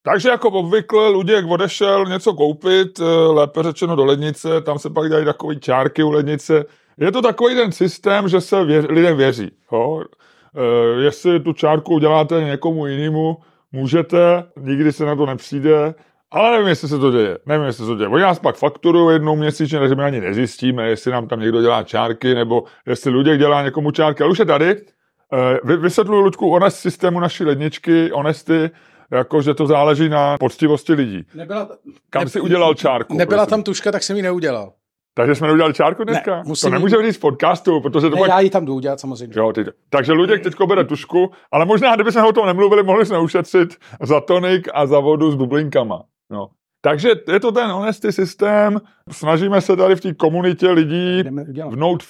Takže jako obvykle Luděk odešel něco koupit, lépe řečeno do lednice, tam se pak dělají takový čárky u lednice. Je to takový ten systém, že se lidem věří. Jo? Jestli tu čárku uděláte někomu jinému, můžete, nikdy se na to nepřijde, ale nevím, jestli se to děje. Oni nás pak fakturují jednou měsíčně, takže my ani nezjistíme, jestli nám tam někdo dělá čárky, nebo jestli Luděk dělá někomu čárky. Ale už je tady. Vysvětluji, Luďku, honest systému naší ledničky, honesty, jakože to záleží na poctivosti lidí. Kam si udělal čárku? Nebyla tam tuška, tak jsem ji neudělal. Takže jsme neudělali čárku dneska? Ne, to nemůžeme říct v podcastu, protože to já ji tam jdu udělat samozřejmě. Jo, takže Luděk teďko bere tušku, ale možná, kdyby jsme o tom nemluvili, mohli jsme ušetřit za tonik a za vodu s bublinkama. No. Takže je to ten honesty systém, snažíme se tady v té komunitě lidí v Note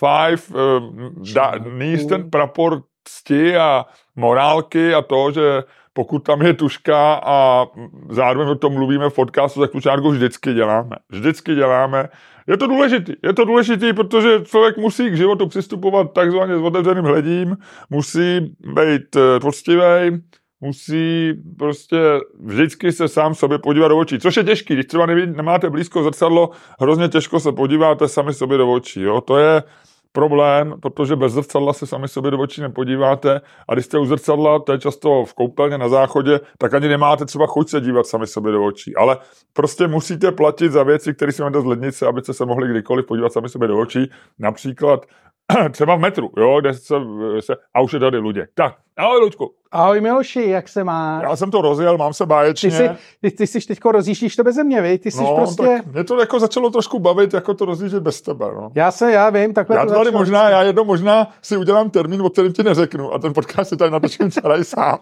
5 níst ten prapor cti a morálky a to, že pokud tam je tuška a zároveň o tom mluvíme v podcastu, tak tu čárku vždycky děláme. Je to důležitý, protože člověk musí k životu přistupovat takzvaně s otevřeným hledím, musí být poctivý, musí prostě vždycky se sám sobě podívat do očí, což je těžký, když třeba nemáte blízko zrcadlo, hrozně těžko se podíváte sami sobě do očí, jo? To je problém, protože bez zrcadla se sami sobě do očí nepodíváte a když jste u zrcadla, to je často v koupelně na záchodě, tak ani nemáte třeba chuť se dívat sami sobě do očí, ale prostě musíte platit za věci, které si máte z lednice, abyste se mohli kdykoliv podívat sami sobě do očí, například třeba v metru, jo, kde se a už je tady Luděk. Tak, ahoj Luďku. Ahoj Miloši, jak se máš? Já jsem to rozjel, mám se báječně. Ty jsi teďko rozjíždíš to beze mě, viď? Ty jsi prostě... tak mě to jako začalo trošku bavit, jako to rozjíždět bez tebe, no. Já vím, takhle já to tady možná si udělám termín, o kterém ti neřeknu a ten podcast si tady natočím celý sám.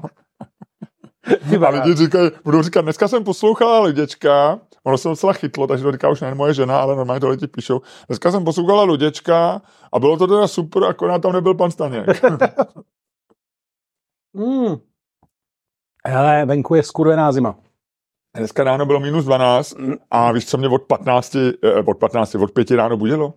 A lidi říkají, budou říkat, dneska jsem poslouchala Luděčka, ono se docela chytlo, takže to říká už nejen moje žena, ale normálně to lidi píšou. Dneska jsem poslouchala Luděčka a bylo to teda super, akorát tam nebyl pan Staněk. Hele, venku je skurvená zima. Dneska ráno bylo -12 a víš, co mě od 5 ráno budilo?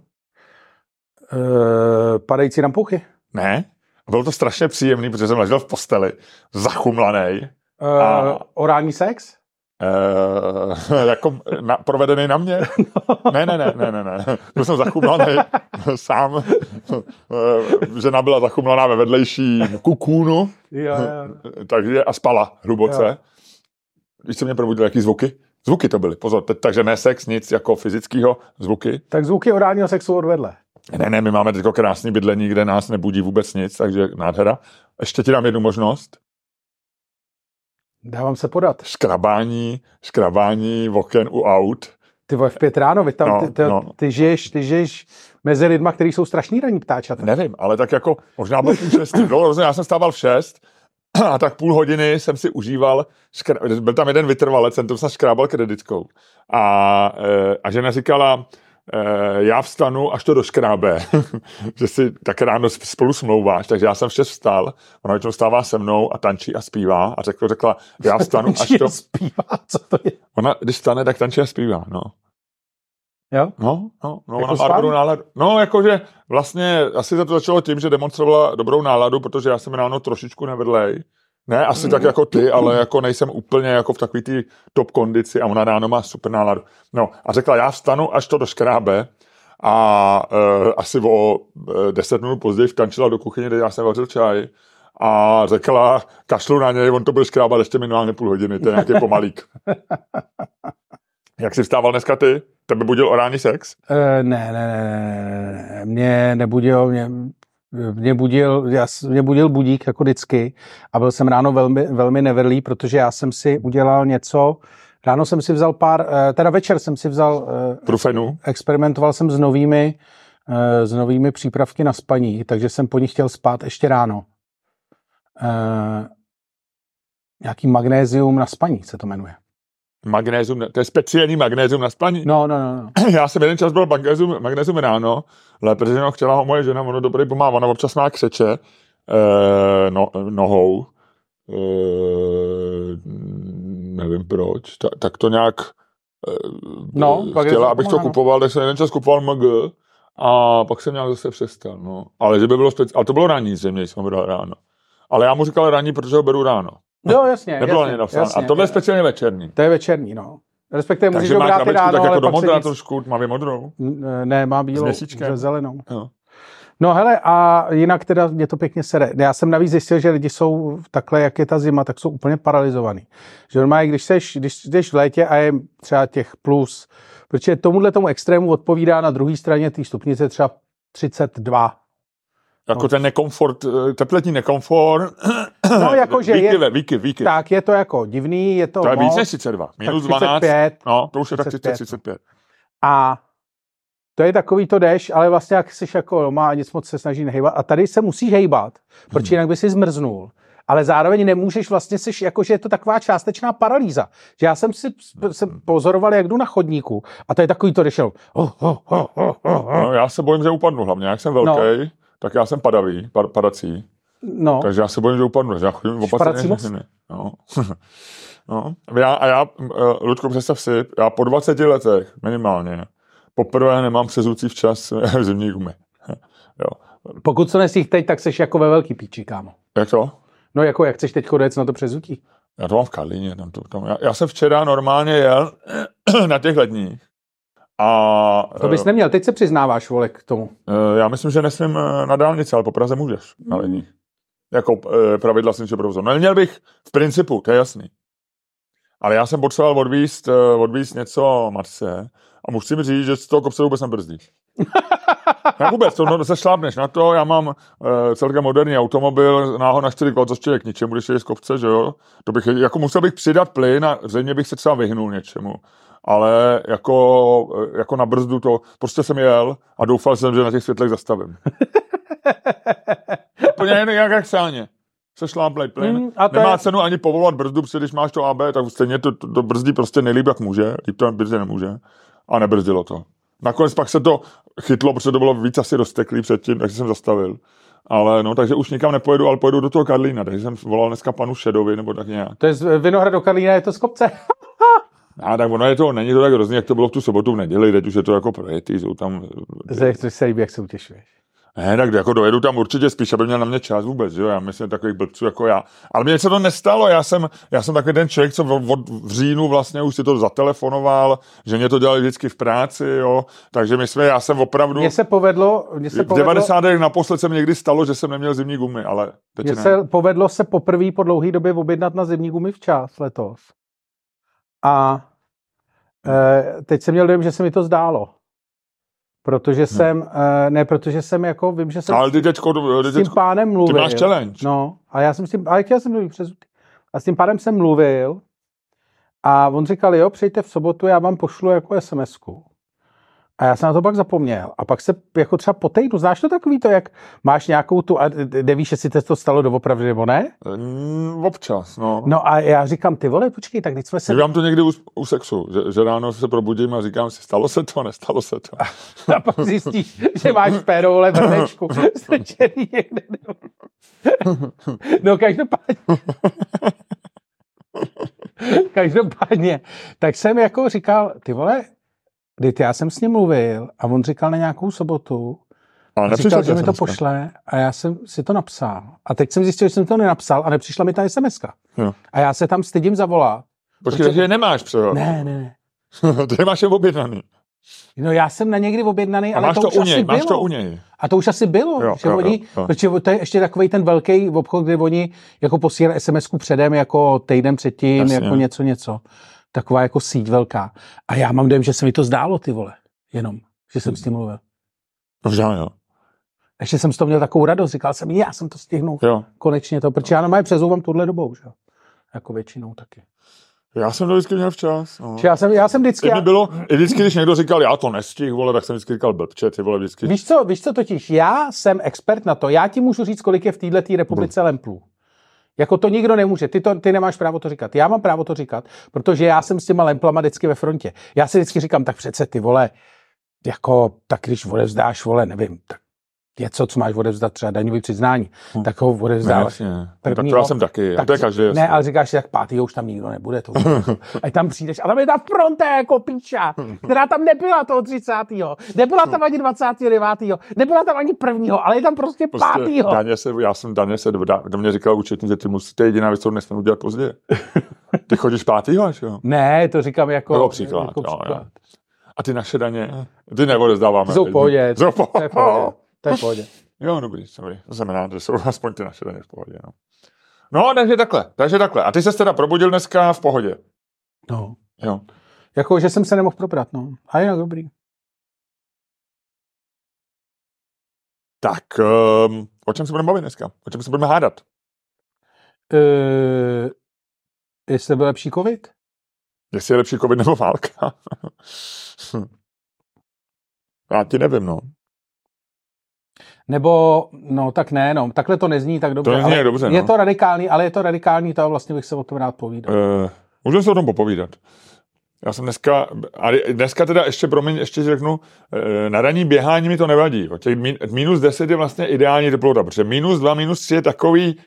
Padající rampouchy. Ne, bylo to strašně příjemný, protože jsem ležel v posteli, zachumlanej. Orální sex? Jako provedený na mě? Ne. Byl jsem zachumlaný sám. Žena byla zachumlaná ve vedlejším kukůnu. Takže a spala hluboce. Když se mě probudil, jaký zvuky? Zvuky to byly, pozor. Takže ne sex, nic jako fyzického, zvuky. Tak zvuky orálního sexu odvedle. Ne, my máme teď krásný bydlení, kde nás nebudí vůbec nic, takže nádhera. Ještě ti dám jednu možnost. Dávám se podat. Škrabání oken u aut. Ty vole, v 5 ráno, ty žiješ mezi lidma, kteří jsou strašný ranní ptáčata. Nevím, ale tak jako možná byl tím 6. Já jsem stával v 6 a tak půl hodiny jsem si užíval, byl tam jeden vytrvalec, jsem to škrábal kreditkou. A žena říkala, já vstanu, až to doškrábe, že si tak ráno spolu smlouváš, takže já jsem v 6 vstal, ona většinou stává se mnou a tančí a zpívá a řekla, já vstanu, až to... zpívá, co to je? Ona, když vstane, tak tančí a zpívá, no. Jo? No, jako ona má dobrou náladu. No, jakože vlastně asi to začalo tím, že demonstrovala dobrou náladu, protože já jsem ráno trošičku nevedlej. Ne, asi tak jako ty, ale jako nejsem úplně jako v takový ty top kondici a ona ráno má super náladu. No a řekla, já vstanu, až to doškrábe a asi o 10 minut později vtančila do kuchyně, kde já jsem vařil čaj a řekla, kašlu na něj, on to byl škrábat ještě minimálně půl hodiny, to je nějaký pomalík. Jak jsi vstával dneska ty? Tebe budil orální sex? Ne, mě nebudil, mě budil budík jako vždycky a byl jsem ráno velmi, velmi nevedlý, protože já jsem si udělal něco, ráno jsem si vzal večer jsem si vzal Brufenu. Experimentoval jsem s novými přípravky na spaní, takže jsem po nich chtěl spát ještě ráno. Nějaký magnézium na spaní se to jmenuje. Magnézium, to je speciální magnézium na spaní? No. Já jsem jeden čas byl magnézium ráno, ale protože chtěla ho moje žena, ono dobrý pomáhá, ona občas má křeče nohou, nevím proč, tak to nějak chtěla, abych to kupoval, tak jsem jeden čas kupoval MG a pak jsem nějak zase přestal, no. Ale že by bylo ale to bylo ranní zřejmě, jsem ho bral ráno. Ale já mu říkal ranní, protože ho beru ráno. Jo, jasně. Nebylo ani napsáno. A tohle je speciálně večerní. To je večerní, no. Respektive můžeš Takže má brát i ráno, tak jako ale do pak modrá se trošku, má modrou. Ne, má bílou, zelenou. Jo. No hele, a jinak teda mě to pěkně sere. Já jsem navíc zjistil, že lidi jsou takhle, jak je ta zima, tak jsou úplně paralizovaný. Že normálně, když jdeš v létě a je třeba těch plus, protože tomu extrému odpovídá na druhé straně té stupnice třeba 32. Jako ten nekomfort, tepletní nekomfort. No, jakože Víky. Tak je to jako divný, je to je moc, víc než 32. Minus 35, 12. No, to už je tak 35. A to je takový to jdeš, ale vlastně jak jsi jako doma a nic moc se snaží nehejbat. A tady se musíš hejbat, protože jinak by si zmrznul. Ale zároveň nemůžeš vlastně jakože je to taková částečná paralýza. Že já jsem pozoroval, jak jdu na chodníku a to je takový to jdeš. No, já se bojím, že upadnu hlavně. Jak jsem velký, tak já jsem padací. No. Takže já se bojím, že upadnu. Já chodím opatrně. No. No. Já, Ludko, představ si, já po 20 letech minimálně poprvé nemám přezucí včas zimní gumy. Jo. Pokud to nesích teď, tak seš jako ve velký píči, kámo. Jak to? No jako jak chceš teď chodec na to přezutí? Já to mám v Karlíně. Já jsem včera normálně jel na těch ledních. A, to bys neměl, teď se přiznáváš, vole, k tomu. Já myslím, že nesmím na dálnici, ale po Praze můžeš na ledních. Jako pravidla silničního provozu. No, neměl bych v principu, to je jasný. Ale já jsem potřeboval odvízt něco matce a musím říct, že z toho kopce vůbec nebrzdíš. Já vůbec, to se šlápneš na to, já mám celkem moderní automobil, náhod na 4 kola, což je k ničemu, když je z kopce, že jo? To bych, jako musel bych přidat plyn a zřejmě bych se třeba vyhnul něčemu. Ale jako na brzdu to, prostě jsem jel a doufal jsem, že na těch světlech zastavím. Úplně jak sáně. Se šláplej plyn. Nemá cenu ani povolovat brzdu, protože když máš to AB, tak stejně to brzdí prostě nejlíp, jak může. Líp to brzdě nemůže. A nebrzdilo to. Nakonec pak se to chytlo, protože to bylo víc asi rozteklý předtím, takže jsem zastavil. Ale no, takže už nikam nepojedu, ale pojedu do toho Karlína. Takže jsem volal dneska panu Šedovi, nebo tak nějak. To je z Vinohrad do Karlína, je to z kopce. A tak ono není to tak hrozný, jak to bylo v tu sobotu v neděli, teď už je to jako projetý, jsou tam... To se líbí, jak se utěšuješ. Ne, tak jako dojedu tam určitě spíš, aby měl na mě čas vůbec, jo, já myslím takových blbců jako já. Ale mně se to nestalo, já jsem takový ten člověk, co v říjnu vlastně už si to zatelefonoval, že mě to dělali vždycky v práci, jo, takže já jsem opravdu... Mně se povedlo... V 90. naposled se mi někdy stalo, že jsem neměl zimní gumy, ale teď Mně se povedlo se poprvé po dlouhé době objednat na zimní gumy včas letos. A teď jsem měl dojem, že se mi to zdálo. Protože jsem jako, vím, že jsem ale s tím pánem mluvil. Ty máš challenge. No, a já jsem s tím, ale chtěl jsem mluvit přes... A s tím pádem jsem mluvil a on říkal, jo, přijďte v sobotu, já vám pošlu jako SMS-ku. A já jsem na to pak zapomněl. A pak se jako třeba po týdnu, znáš to takový to, jak máš nějakou tu, a nevíš, jestli to stalo doopravdy nebo ne? Občas, no. No a já říkám, ty vole, počkej, tak teď jsme se... Říkám to někdy u sexu, že ráno se probudím a říkám si, stalo se to, nestalo se to. A pak zjistíš, že máš péro, vole, vrnečku, strčený někde. No každopádně, tak jsem jako říkal, ty vole, já jsem s ním mluvil a on říkal na nějakou sobotu a říkal, že mi to pošle a já jsem si to napsal. A teď jsem zjistil, že jsem to nenapsal a nepřišla mi ta SMS-ka. Jo. A já se tam stydím zavolat. Počkej, takže je nemáš přeho. Ne. Ty nemáš je objednaný. No já jsem na někdy objednaný, ale máš to už asi bylo. Máš to u něj. A to už asi bylo, jo. Protože to je ještě takovej ten velký obchod, kde oni jako posílali SMS-ku předem, jako týden předtím, jasně, jako něco. Taková jako síť velká. A já mám dojem, že se mi to zdálo, ty vole. Jenom, že jsem s tím mluvil. Možná, jo. Ještě jsem z toho měl takovou radost. Říkal jsem, já jsem to stihnul. Jo. Konečně to, protože já normálně přezouvám tuhle dobou, že? Jako většinou taky. Já jsem to vždycky měl včas. No. Já jsem vždycky... I vždycky, když někdo říkal, já to nestihl, vole, tak jsem vždycky říkal, blbče, ty vole, vždycky. Víš co totiž? Já jsem expert na to. Já ti můžu říct, kolik je v této republice lemplů. Jako to nikdo nemůže. Ty nemáš právo to říkat. Já mám právo to říkat, protože já jsem s těma lemplama vždycky ve frontě. Já si vždycky říkám, tak přece ty vole, jako, tak když vole vzdáš, vole, nevím, tak něco, co máš odevzdat třeba daňový přiznání, tak ho odevzdáváš. Tak to já jsem taky, tak to je každý. Ne, ale říkáš si, jak 5. už tam nikdo nebude. To. A tam přijdeš, a tam je ta fronta jako píča, která tam nebyla toho 30. Nebyla tam ani 29. Nebyla tam ani 1. ale je tam prostě 5. Daně se do mě říkal účetní, že ty musíte jediná věc, co nesmím udělat později. Ty chodíš 5. až jo? Ne, to říkám jako příklad. A ty naše daně, ty neodevzdáváme. Jsou v pohodě. To je v pohodě. Jo, dobrý. To znamená, že jsou aspoň ty naše daně v pohodě. No, takže takhle. A ty ses teda probudil dneska v pohodě. No. Jo. Jako, že jsem se nemohl probrat, no. A jinak dobrý. Tak, o čem se budeme bavit dneska? O čem se budeme hádat? Jestli byl lepší covid? Jestli je lepší covid nebo válka? Já ti nevím, no. Nebo, no tak ne, no, takhle to nezní tak dobře. To nezní dobře, je to radikální, ale je to radikální, to vlastně bych se o tom rád povídal. Můžeme se o tom popovídat. Já jsem dneska teda ještě řeknu, na ranní běhání mi to nevadí. Minus 10 je vlastně ideální teplota, protože minus 2, minus 3 je takový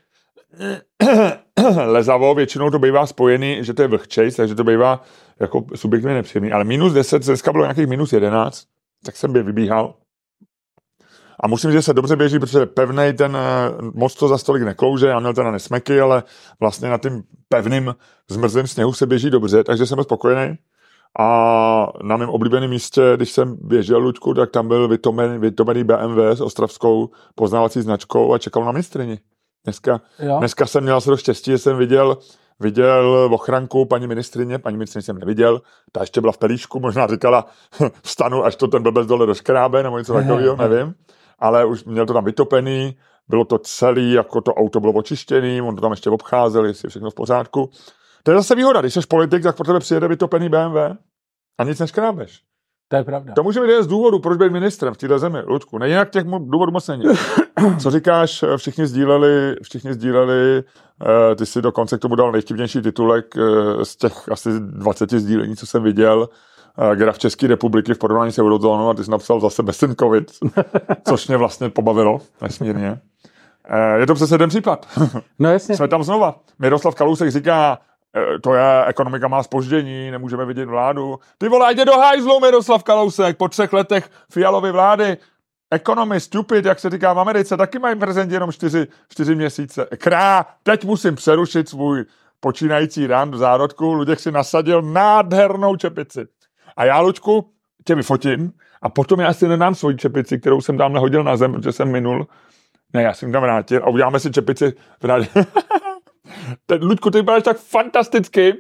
lezavo, většinou to bývá spojený, že to je vlhčejc, takže to bývá jako subjektivně nepříjemný, ale minus 10, dneska bylo nějakých minus 11, tak jsem vybíhal. A musím říct, že se dobře běží, protože pevnej ten moc to za stolik neklouže, já měl teda nesmeky, ale vlastně na tím pevným zmrzlém sněhu se běží dobře, takže jsem byl spokojený. A na mém oblíbeném místě, když jsem běžel, Luďku, tak tam byl vytomený BMW s ostravskou poznávací značkou a čekal na ministryni. Dneska jsem měl se do štěstí, že jsem viděl ochranku paní ministrině jsem neviděl, ta ještě byla v pelíšku, možná říkala, vstanu, až to ten blbec dole doškrábe, nebo něco takového, nevím. Ale už měl to tam vytopený, bylo to celý, jako to auto bylo očištěný, on to tam ještě obcházel, jestli je všechno v pořádku. To je zase výhoda, když jsi politik, tak pro tebe přijede vytopený BMW a nic neškrábeš. To je pravda. To může být jeden z důvodů, proč být ministrem v této zemi, Luďku. Jinak těch důvodů moc není. Co říkáš, všichni sdíleli, ty si dokonce k tomu dal nejvtipnější titulek z těch asi 20 sdílení, co jsem viděl, graf České republiky v porovnání s eurozónou, a ty jsi napsal zase bez ten covid, což mě vlastně pobavilo nesmírně. Je to přesně ten případ. No jasně. Jsme tam znova. Miroslav Kalousek říká, to je, ekonomika má zpoždění, nemůžeme vidět vládu. Ty vole, jde do hajzlu, Miroslav Kalousek, po 3 letech Fialovy vlády. Economy, stupid, jak se říká v Americe, taky mají prezent jenom 4 měsíce. Teď musím přerušit svůj počínající rant v zárodku. Luděk si nasadil nádhernou čepici. A já, Luďku, tě vyfotím a potom já si nedám svoji čepici, kterou jsem tam nahodil na zem, protože jsem minul. Ne, já jsem tam vrátil a uděláme si čepici v rádi. Luďku, ty budeš tak fantasticky.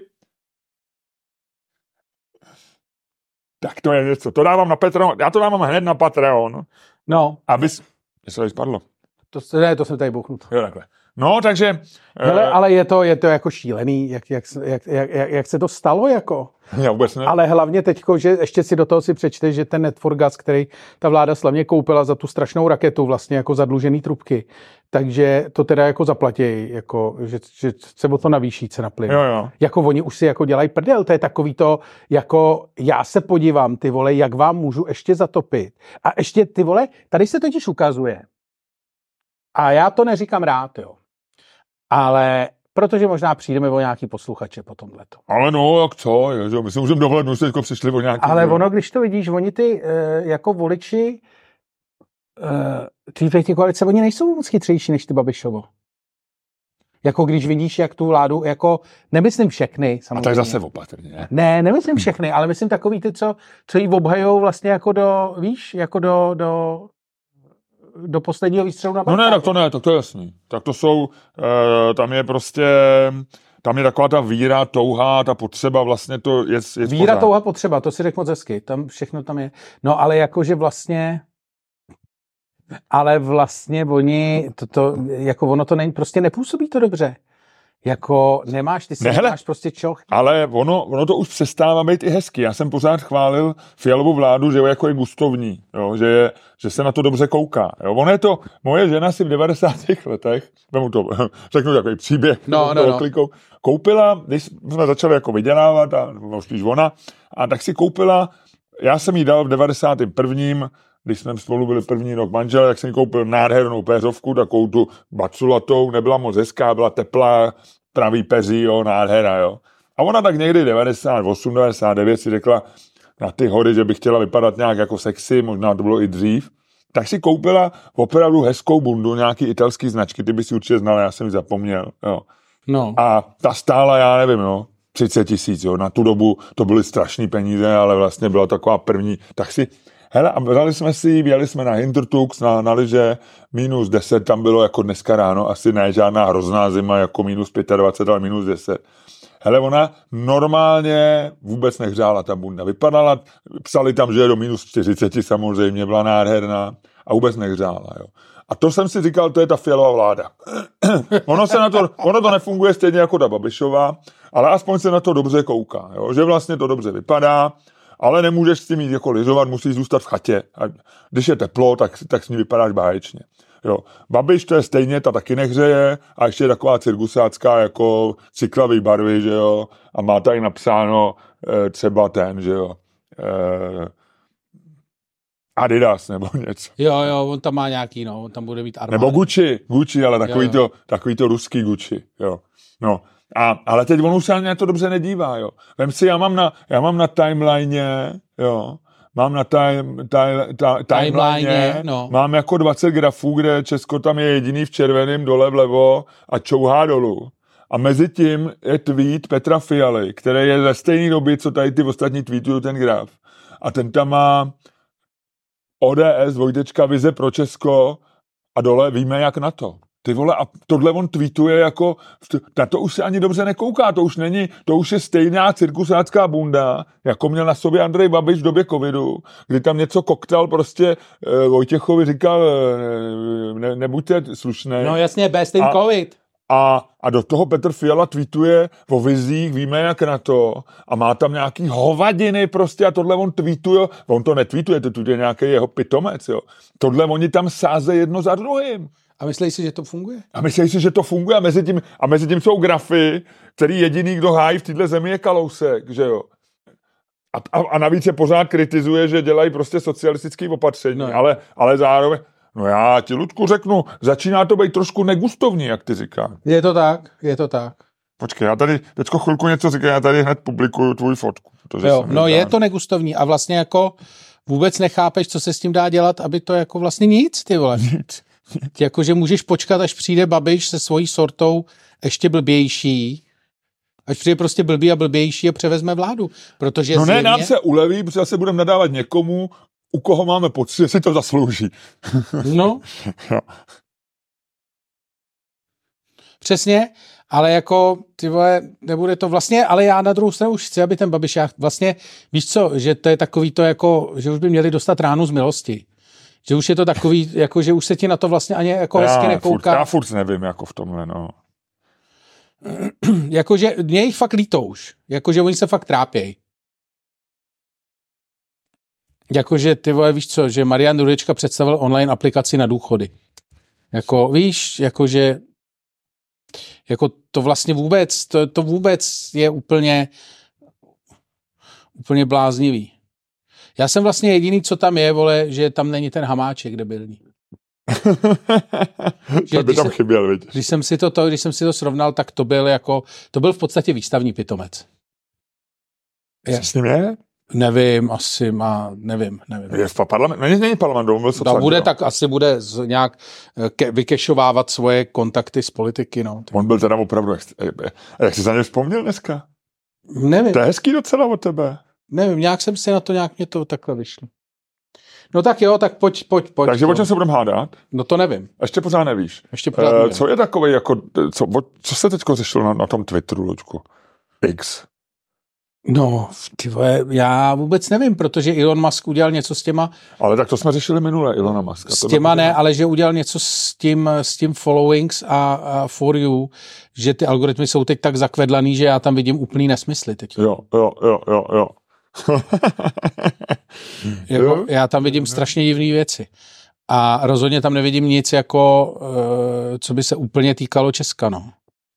Tak to je něco. To dávám na Patreon. Já to dávám hned na Patreon. No. Abys... Něco tady spadlo. To jsem tady bouchnut. Jo, takhle. No, takže... Hele, ale je to jako šílený, jak se to stalo, jako. Já vůbec ne. Ale hlavně teďko, že ještě si do toho si přečteš, že ten Netforgas, který ta vláda slavně koupila za tu strašnou raketu, vlastně jako zadlužený trubky, takže to teda jako zaplatí, jako, že se o to navýší cena plynu. Jo. Jako oni už si jako dělají prdel, to je takový to, jako já se podívám, ty vole, jak vám můžu ještě zatopit. A ještě, ty vole, tady se totiž ukazuje, a já to neříkám rád, jo, ale protože možná přijdeme o nějaký posluchače po tomhleto. Ale no, jak co? Ježo, my si můžeme dovolit, že teďko přišli o nějaký... Ale ono, když to vidíš, oni ty jako voliči ty pěti koalice, oni nejsou moc chytřejší než ty Babišovo. Jako když vidíš, jak tu vládu, jako nemyslím všechny, samozřejmě. A tak zase opatrně. Ne, nemyslím všechny, ale myslím takový ty, co jí obhajou vlastně jako do, víš, jako do posledního výstřelu na Balkáně. No ne, tak to je jasný. Tak to jsou, tam je prostě, tam je taková ta víra, touha, ta potřeba, vlastně to je víra, pořád. Touha, potřeba, to si řekl moc hezky, tam všechno tam je. No ale jakože vlastně, oni, jako ono to není, prostě nepůsobí to dobře. Jako nemáš, nemáš prostě čoch. Ale ono to už přestává být i hezky. Já jsem pořád chválil Fialovu vládu, že jako je gustovní, jo, že se na to dobře kouká. Jo. Ono je to, moje žena si v 90. letech, řeknu takový příběh, koupila, když jsme začali jako vydělávat, a spíš ona, a tak si koupila, já jsem jí dal v 91. když jsme spolu byli první rok manžel, jak jsem koupil nádhernou péřovku, takovou tu baculatou, nebyla moc hezká, byla teplá, pravý peří, jo, nádhera, jo. A ona tak někdy 98, 99 si řekla na ty hory, že by chtěla vypadat nějak jako sexy, možná to bylo i dřív, tak si koupila opravdu hezkou bundu, nějaký italský značky, ty by si určitě znal, já jsem ji zapomněl, jo. No. A ta stála, já nevím, no, 30 000, jo. Na tu dobu to byly strašný peníze, ale vlastně byla taková první, tak si, hele, a vzali jsme si, jeli jsme na Hintertux, na lyže, -10, tam bylo jako dneska ráno, asi ne žádná hrozná zima, jako -25, ale -10. Hele, ona normálně vůbec nehřála ta bunda. Vypadala, psali tam, že je do -40 samozřejmě, byla nádherná a vůbec nehřála, jo. A to jsem si říkal, to je ta Fialová vláda. Ono to nefunguje stejně jako ta Babišová, ale aspoň se na to dobře kouká, jo? Že vlastně to dobře vypadá, ale nemůžeš s tím jít jako lyžovat, musíš zůstat v chatě. A když je teplo, tak s ní vypadáš báječně. Jo. Babiš to je stejně, ta taky nehřeje a ještě je taková cirkusácká jako cyklavý barvy, že jo, a má tady napsáno třeba ten, že jo, Adidas nebo něco. Jo, on tam má nějaký, no, on tam bude mít armády. Nebo Gucci, ale takový to ruský Gucci, jo. No, ale teď on už se na to dobře nedívá, jo. Vem si, já mám na timeline, jo, mám na timeline, no. Mám jako 20 grafů, kde Česko tam je jediný v červeném dole vlevo a čouhá dolů. A mezi tím je tweet Petra Fialy, který je ze stejné doby, co tady ty ostatní tweetují ten graf. A ten tam má ODS, vize pro Česko a dole víme jak na to. Ty vole, a tohle on tweetuje jako, na to už se ani dobře nekouká, to už je stejná cirkusácká bunda, jako měl na sobě Andrej Babiš v době covidu, kdy tam něco koktal prostě, Vojtěchovi říkal, nebuďte slušnej. No jasně, bez ten covid. A do toho Petr Fiala tweetuje o vizích, víme jak na to, a má tam nějaký hovadiny prostě a tohle on tweetuje, on to netweetuje, to tweetuje nějaký jeho pitomec, jo. Tohle oni tam sázejí jedno za druhým. A myslíš si, že to funguje? A mezi tím jsou grafy, který jediný, kdo hájí v této zemi, je Kalousek, že jo. A navíc se pořád kritizuje, že dělají prostě socialistické opatření, no. ale zároveň, no já ti, Ludku, řeknu, začíná to být trošku negustovní, jak ty říkáš. Je to tak. Počkej, já tady teďko chvilku něco říkám, já tady hned publikuju tvůj fotku. Jo, no je to negustovní a vlastně jako vůbec nechápeš, co se s tím dá dělat, aby to jako vlastně nic, ty vole. Nic. Jakože můžeš počkat, až přijde Babiš se svojí sortou ještě blbější, až přijde prostě blbý a blbější a převezme vládu. Protože no zjevně... ne, nám se uleví, protože zase budeme nadávat někomu, u koho máme pocit, že si to zaslouží. No. Přesně, ale jako, ty vole, nebude to vlastně, ale já na druhou stranu už chci, aby ten Babiš, vlastně, víš co, že to je takový to jako, že už by měli dostat ránu z milosti. Že už je to takový, jako, že už se ti na to vlastně ani jako hezky nekouká. Já furt nevím, jako v tomhle, no. Jakože mě jich fakt líto už. Jakože oni se fakt trápějí. Jakože ty vole, víš co, že Marian Jurečka představil online aplikaci na důchody. Jako, víš, jakože jako to vlastně vůbec, to vůbec je úplně bláznivý. Já jsem vlastně jediný, co tam je, vole, že tam není ten Hamáček debilní. To by tam chyběl, viď? Když jsem si to srovnal, tak to byl v podstatě výstavní pitomec. Co s ním je? Nevím, asi nevím. Je v parlamentu? Není parlament, on byl sociální. Bude, tak asi bude nějak vykešovávat svoje kontakty z politiky, no. On byl teda opravdu, jak jsi za ně vzpomněl dneska? Nevím. To je hezký docela od tebe. Nevím, nějak jsem si na to, nějak mě to takhle vyšlo. No tak jo, tak pojď. Takže o čem se budeme hádat? No to nevím. Ještě pořád nevíš. Nevím. Co je takový, jako, co se teďko řešilo na tom Twitteru, Luďku? X. No, ty vole, já vůbec nevím, protože Elon Musk udělal něco s těma... Ale tak to jsme řešili minule, Elona Muska. S těma ne, ale že udělal něco s tím followings a for you, že ty algoritmy jsou teď tak zakvedlaný, že já tam vidím úplný nesmysly teď. Jo. Jako, já tam vidím strašně divné věci. A rozhodně tam nevidím nic, jako, co by se úplně týkalo Česka, no.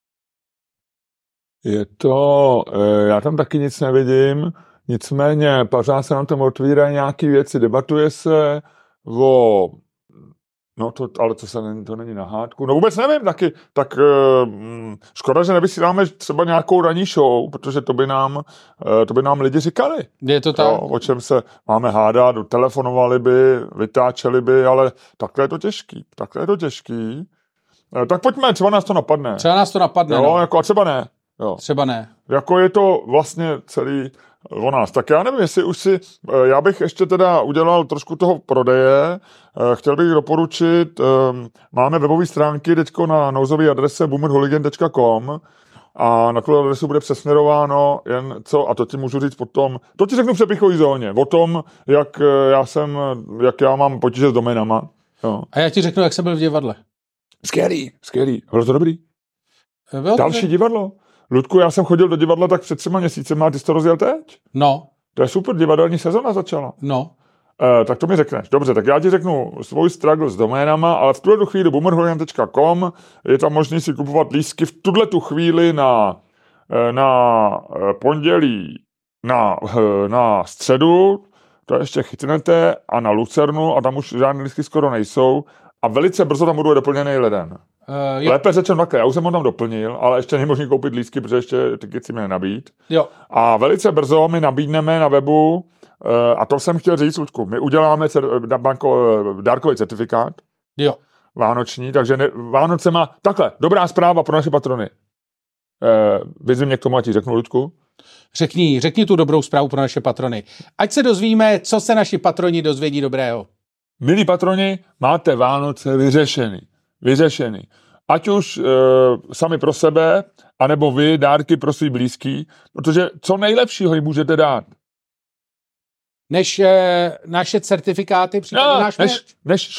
Já tam taky nic nevidím, nicméně pořád se nám tam otvírají nějaké věci, debatuje se, No to, ale to není na hádku. No vůbec nevím taky, tak škoda, že nevysíláme třeba nějakou ranní show, protože to by nám lidi říkali. Je to tak? Jo, o čem se máme hádat, telefonovali by, vytáčeli by, ale takhle je to těžký. Tak pojďme, třeba nás to napadne. Jo, no. Jako a třeba ne. Jo. Třeba ne. Jako je to vlastně celý o nás. Tak já nevím, jestli už já bych ještě teda udělal trošku toho prodeje. Chtěl bych doporučit, máme webové stránky teďko na nouzové adrese boomerhooligan.com a na tu adresu bude přesměrováno jen co, a to ti můžu říct potom, to ti řeknu v přepichové zóně, o tom, jak já mám potíže s doménama. Jo. A já ti řeknu, jak jsem byl v divadle. Skvělý. Bylo to dobrý? Další divadlo. Ludku, já jsem chodil do divadla tak před 3 měsícema, ty jsi to rozjel teď? No. To je super, divadelní sezona začala. No. Tak to mi řekneš. Dobře, tak já ti řeknu svůj struggle s doménama, ale v tuhle chvíli boomerhooligan.com je tam možný si kupovat lístky v tuhle chvíli na pondělí, na středu, to ještě chytnete, a na Lucernu, a tam už žádné lístky skoro nejsou, a velice brzo tam budou doplněný leden. Lépe řečeno takhle, já už jsem ho tam doplnil, ale ještě není možný koupit lístky, protože ještě tiket si mi nenabít. Jo. A velice brzo my nabídneme na webu, a to jsem chtěl říct, Ludku, my uděláme dárkový certifikát. Jo. Vánoční, takže Vánoce má takhle, dobrá zpráva pro naše patrony. Vyzvi mě k tomu, a ti řeknu, Ludku. Řekni tu dobrou zprávu pro naše patrony. Ať se dozvíme, co se naši patroni dozvědí dobrého. Milí patroni, máte Vánoce vyřešený. Ať už sami pro sebe, anebo vy dárky pro svý blízký, protože co nejlepšího jim můžete dát? Než naše certifikáty, než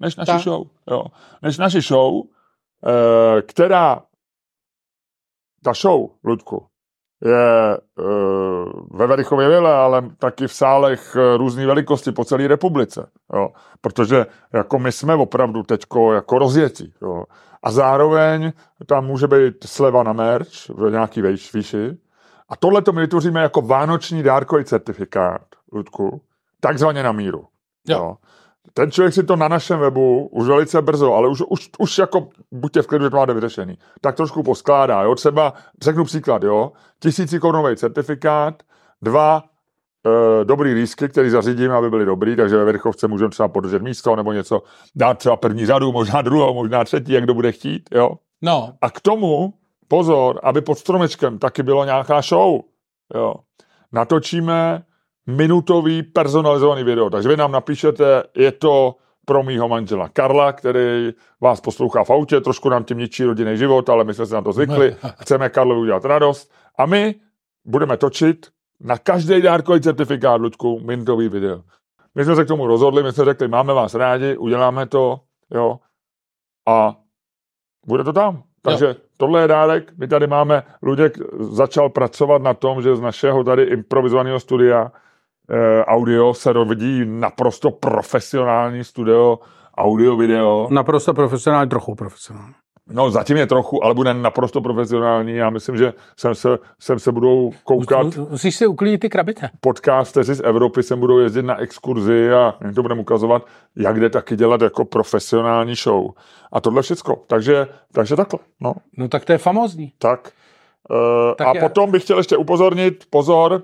naši show, která ta show, Ludku, je ve Verichově vile, ale taky v sálech různé velikosti po celé republice. Jo. Protože jako my jsme opravdu teďko jako rozjetí. Jo. A zároveň tam může být sleva na merch v nějaký výši. A tohle to my vytvoříme jako vánoční dárkový certifikát, Ludku, takzvaně na míru. Jo. Ten člověk si to na našem webu už velice brzo, ale už jako buďte v klidu, že to máte vyřešený, tak trošku poskládá. Jo. Třeba, řeknu příklad, jo, 1000korunový certifikát, 2 dobrý lístky, který zařídíme, aby byly dobrý, takže ve Verichovce můžeme třeba podržet místo nebo něco, dát třeba první řadu, možná druhou, možná třetí, jak kdo bude chtít. Jo. No. A k tomu, pozor, aby pod stromečkem taky bylo nějaká show. Jo. Natočíme minutový personalizovaný video. Takže vy nám napíšete, je to pro mýho manžela Karla, který vás poslouchá v autě, trošku nám tím ničí rodinný život, ale my jsme se na to zvykli, chceme Karlovi udělat radost a my budeme točit na každý dárkový certifikát, Luďku, minutový video. My jsme se k tomu rozhodli, my jsme řekli, máme vás rádi, uděláme to, jo, a bude to tam. Takže tohle je dárek, my tady máme, Luděk začal pracovat na tom, že z našeho tady improvizovaného studia audio se rodí naprosto profesionální studio audio, video. Naprosto profesionální, trochu profesionální. No zatím je trochu, ale bude naprosto profesionální. Já myslím, že sem se budou koukat. Musíš si uklidit ty krabice. Podcasteři z Evropy sem budou jezdit na exkurzi a jim to budeme ukazovat, jak jde taky dělat jako profesionální show. A tohle všecko. Takže takhle. No tak to je famózní. Tak a potom bych chtěl ještě upozornit, pozor,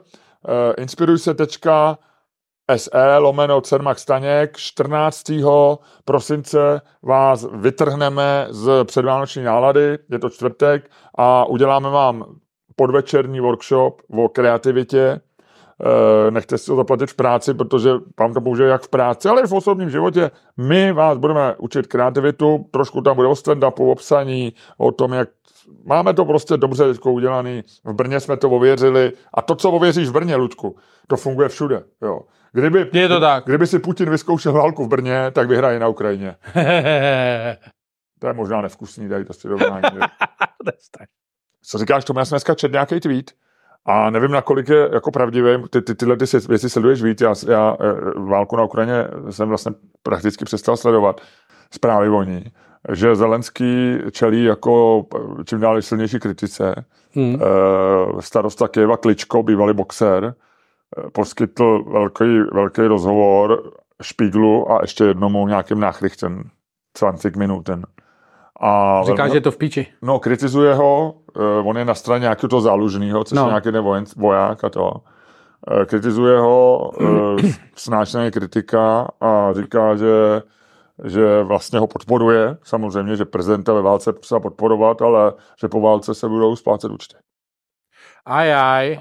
inspirujse.se/Cermak Staněk 14. prosince vás vytrhneme z předvánoční nálady, je to čtvrtek, a uděláme vám podvečerní workshop o kreativitě. Nechte si to zaplatit v práci, protože vám to použije jak v práci, ale i v osobním životě. My vás budeme učit kreativitu, trošku tam bude o stand-upu, o psaní, o tom, jak máme to prostě dobře teďko udělaný. V Brně jsme to ověřili. A to, co ověříš v Brně, Ludku, to funguje všude. Jo. Je to tak. Kdyby si Putin vyzkoušel válku v Brně, tak vyhraje na Ukrajině. To je možná nevkusný, tady to srovnání. Co říkáš tomu? Já jsem dneska četl nějaký tweet a nevím, nakolik je jako pravdivý. Tyhle věci sleduješ víc. Já válku na Ukrajině jsem vlastně prakticky přestal sledovat zprávy o ní, že Zelenský čelí jako čím dál silnější kritice. Starosta Kyjeva Kličko, bývalý boxer, poskytl velký rozhovor, Spiegelu a ještě jednomu nějakým Nachrichten 20 Minuten. A říká, že je to v píči. No, kritizuje ho, on je na straně nějakého toho zálužného, což je nějaký voják a to. Kritizuje ho, snášený kritika a říká, že vlastně ho podporuje, samozřejmě, že prezidenta ve válce se podporovat, ale že po válce se budou splácet účty. Ajaj.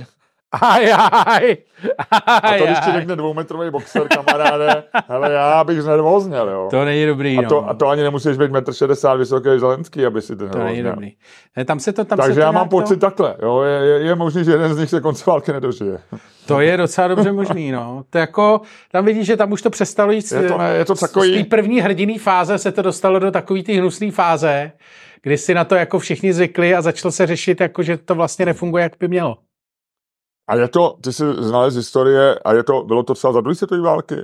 A to, když ti řekne 2metrový boxer, kamaráde, hele, já bych znervózněl, jo. To není dobrý, a to ani nemusíš být 1,60 m vysoký Zelenský, aby si to není dobrý. Takže já mám pocit takhle, jo, je možný, že jeden z nich se konce války nedožije. To je docela dobře možný, no. To jako, tam vidíš, že tam už to přestalo jít je to takový... z té první hrdinný fáze se to dostalo do takový té hnusné fáze, kdy si na to jako všichni zvykli a začalo se řešit, jako, že to vlastně nefunguje, jak by mělo. A je to, ty jsi znal z historie, a bylo to třeba za druhé světové války?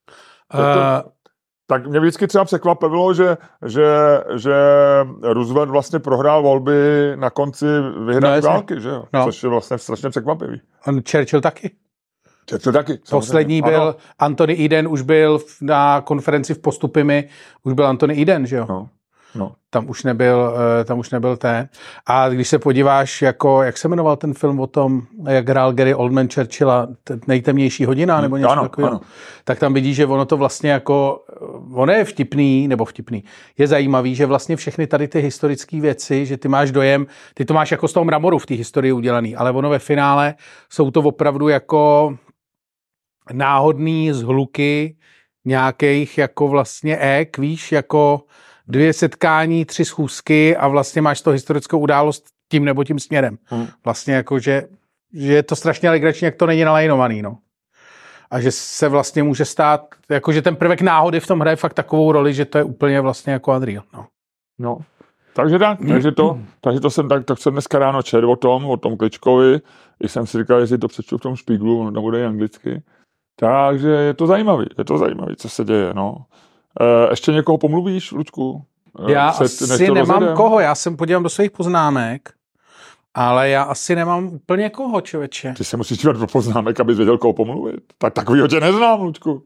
Tak mě vždycky třeba překvapilo, že Roosevelt vlastně prohrál volby na konci vyhrané války, že jo? No. Což je vlastně strašně překvapivý. Churchill taky. Poslední samozřejmě. Byl Anthony Eden, už byl na konferenci v Postupimi, už byl Anthony Eden, že jo? No. Tam už nebyl ten. A když se podíváš, jako, jak se jmenoval ten film o tom, jak hrál Gary Oldman Churchilla, Nejtemnější hodina, nebo něco takového, tak tam vidíš, že ono to vlastně jako, ono je vtipný, je zajímavý, že vlastně všechny tady ty historické věci, že ty máš dojem, ty to máš jako z toho mramoru v té historii udělaný, ale ono ve finále jsou to opravdu jako náhodný zhluky nějakých jako vlastně víš, jako 2 setkání, 3 schůzky a vlastně máš to historickou událost tím nebo tím směrem. Vlastně jako, že je to strašně legrační, jak to není nalajnovaný, no. A že se vlastně může stát, jako že ten prvek náhody v tom hraje fakt takovou roli, že to je úplně vlastně jako Adriel, no. No. Takže to jsem dneska ráno četl o tom Kličkovi, i jsem si říkal, jestli to přečtu v tom Spiegelu, nebude i anglicky. Takže je to zajímavý, co se děje, no. Ještě někoho pomluvíš, Luďku? Já asi nemám koho, já jsem podívám do svých poznámek, ale já asi nemám úplně koho, člověče. Ty se musíš dívat do poznámek, abys věděl, koho pomluvit. Tak takovýho tě neznám, Luďku.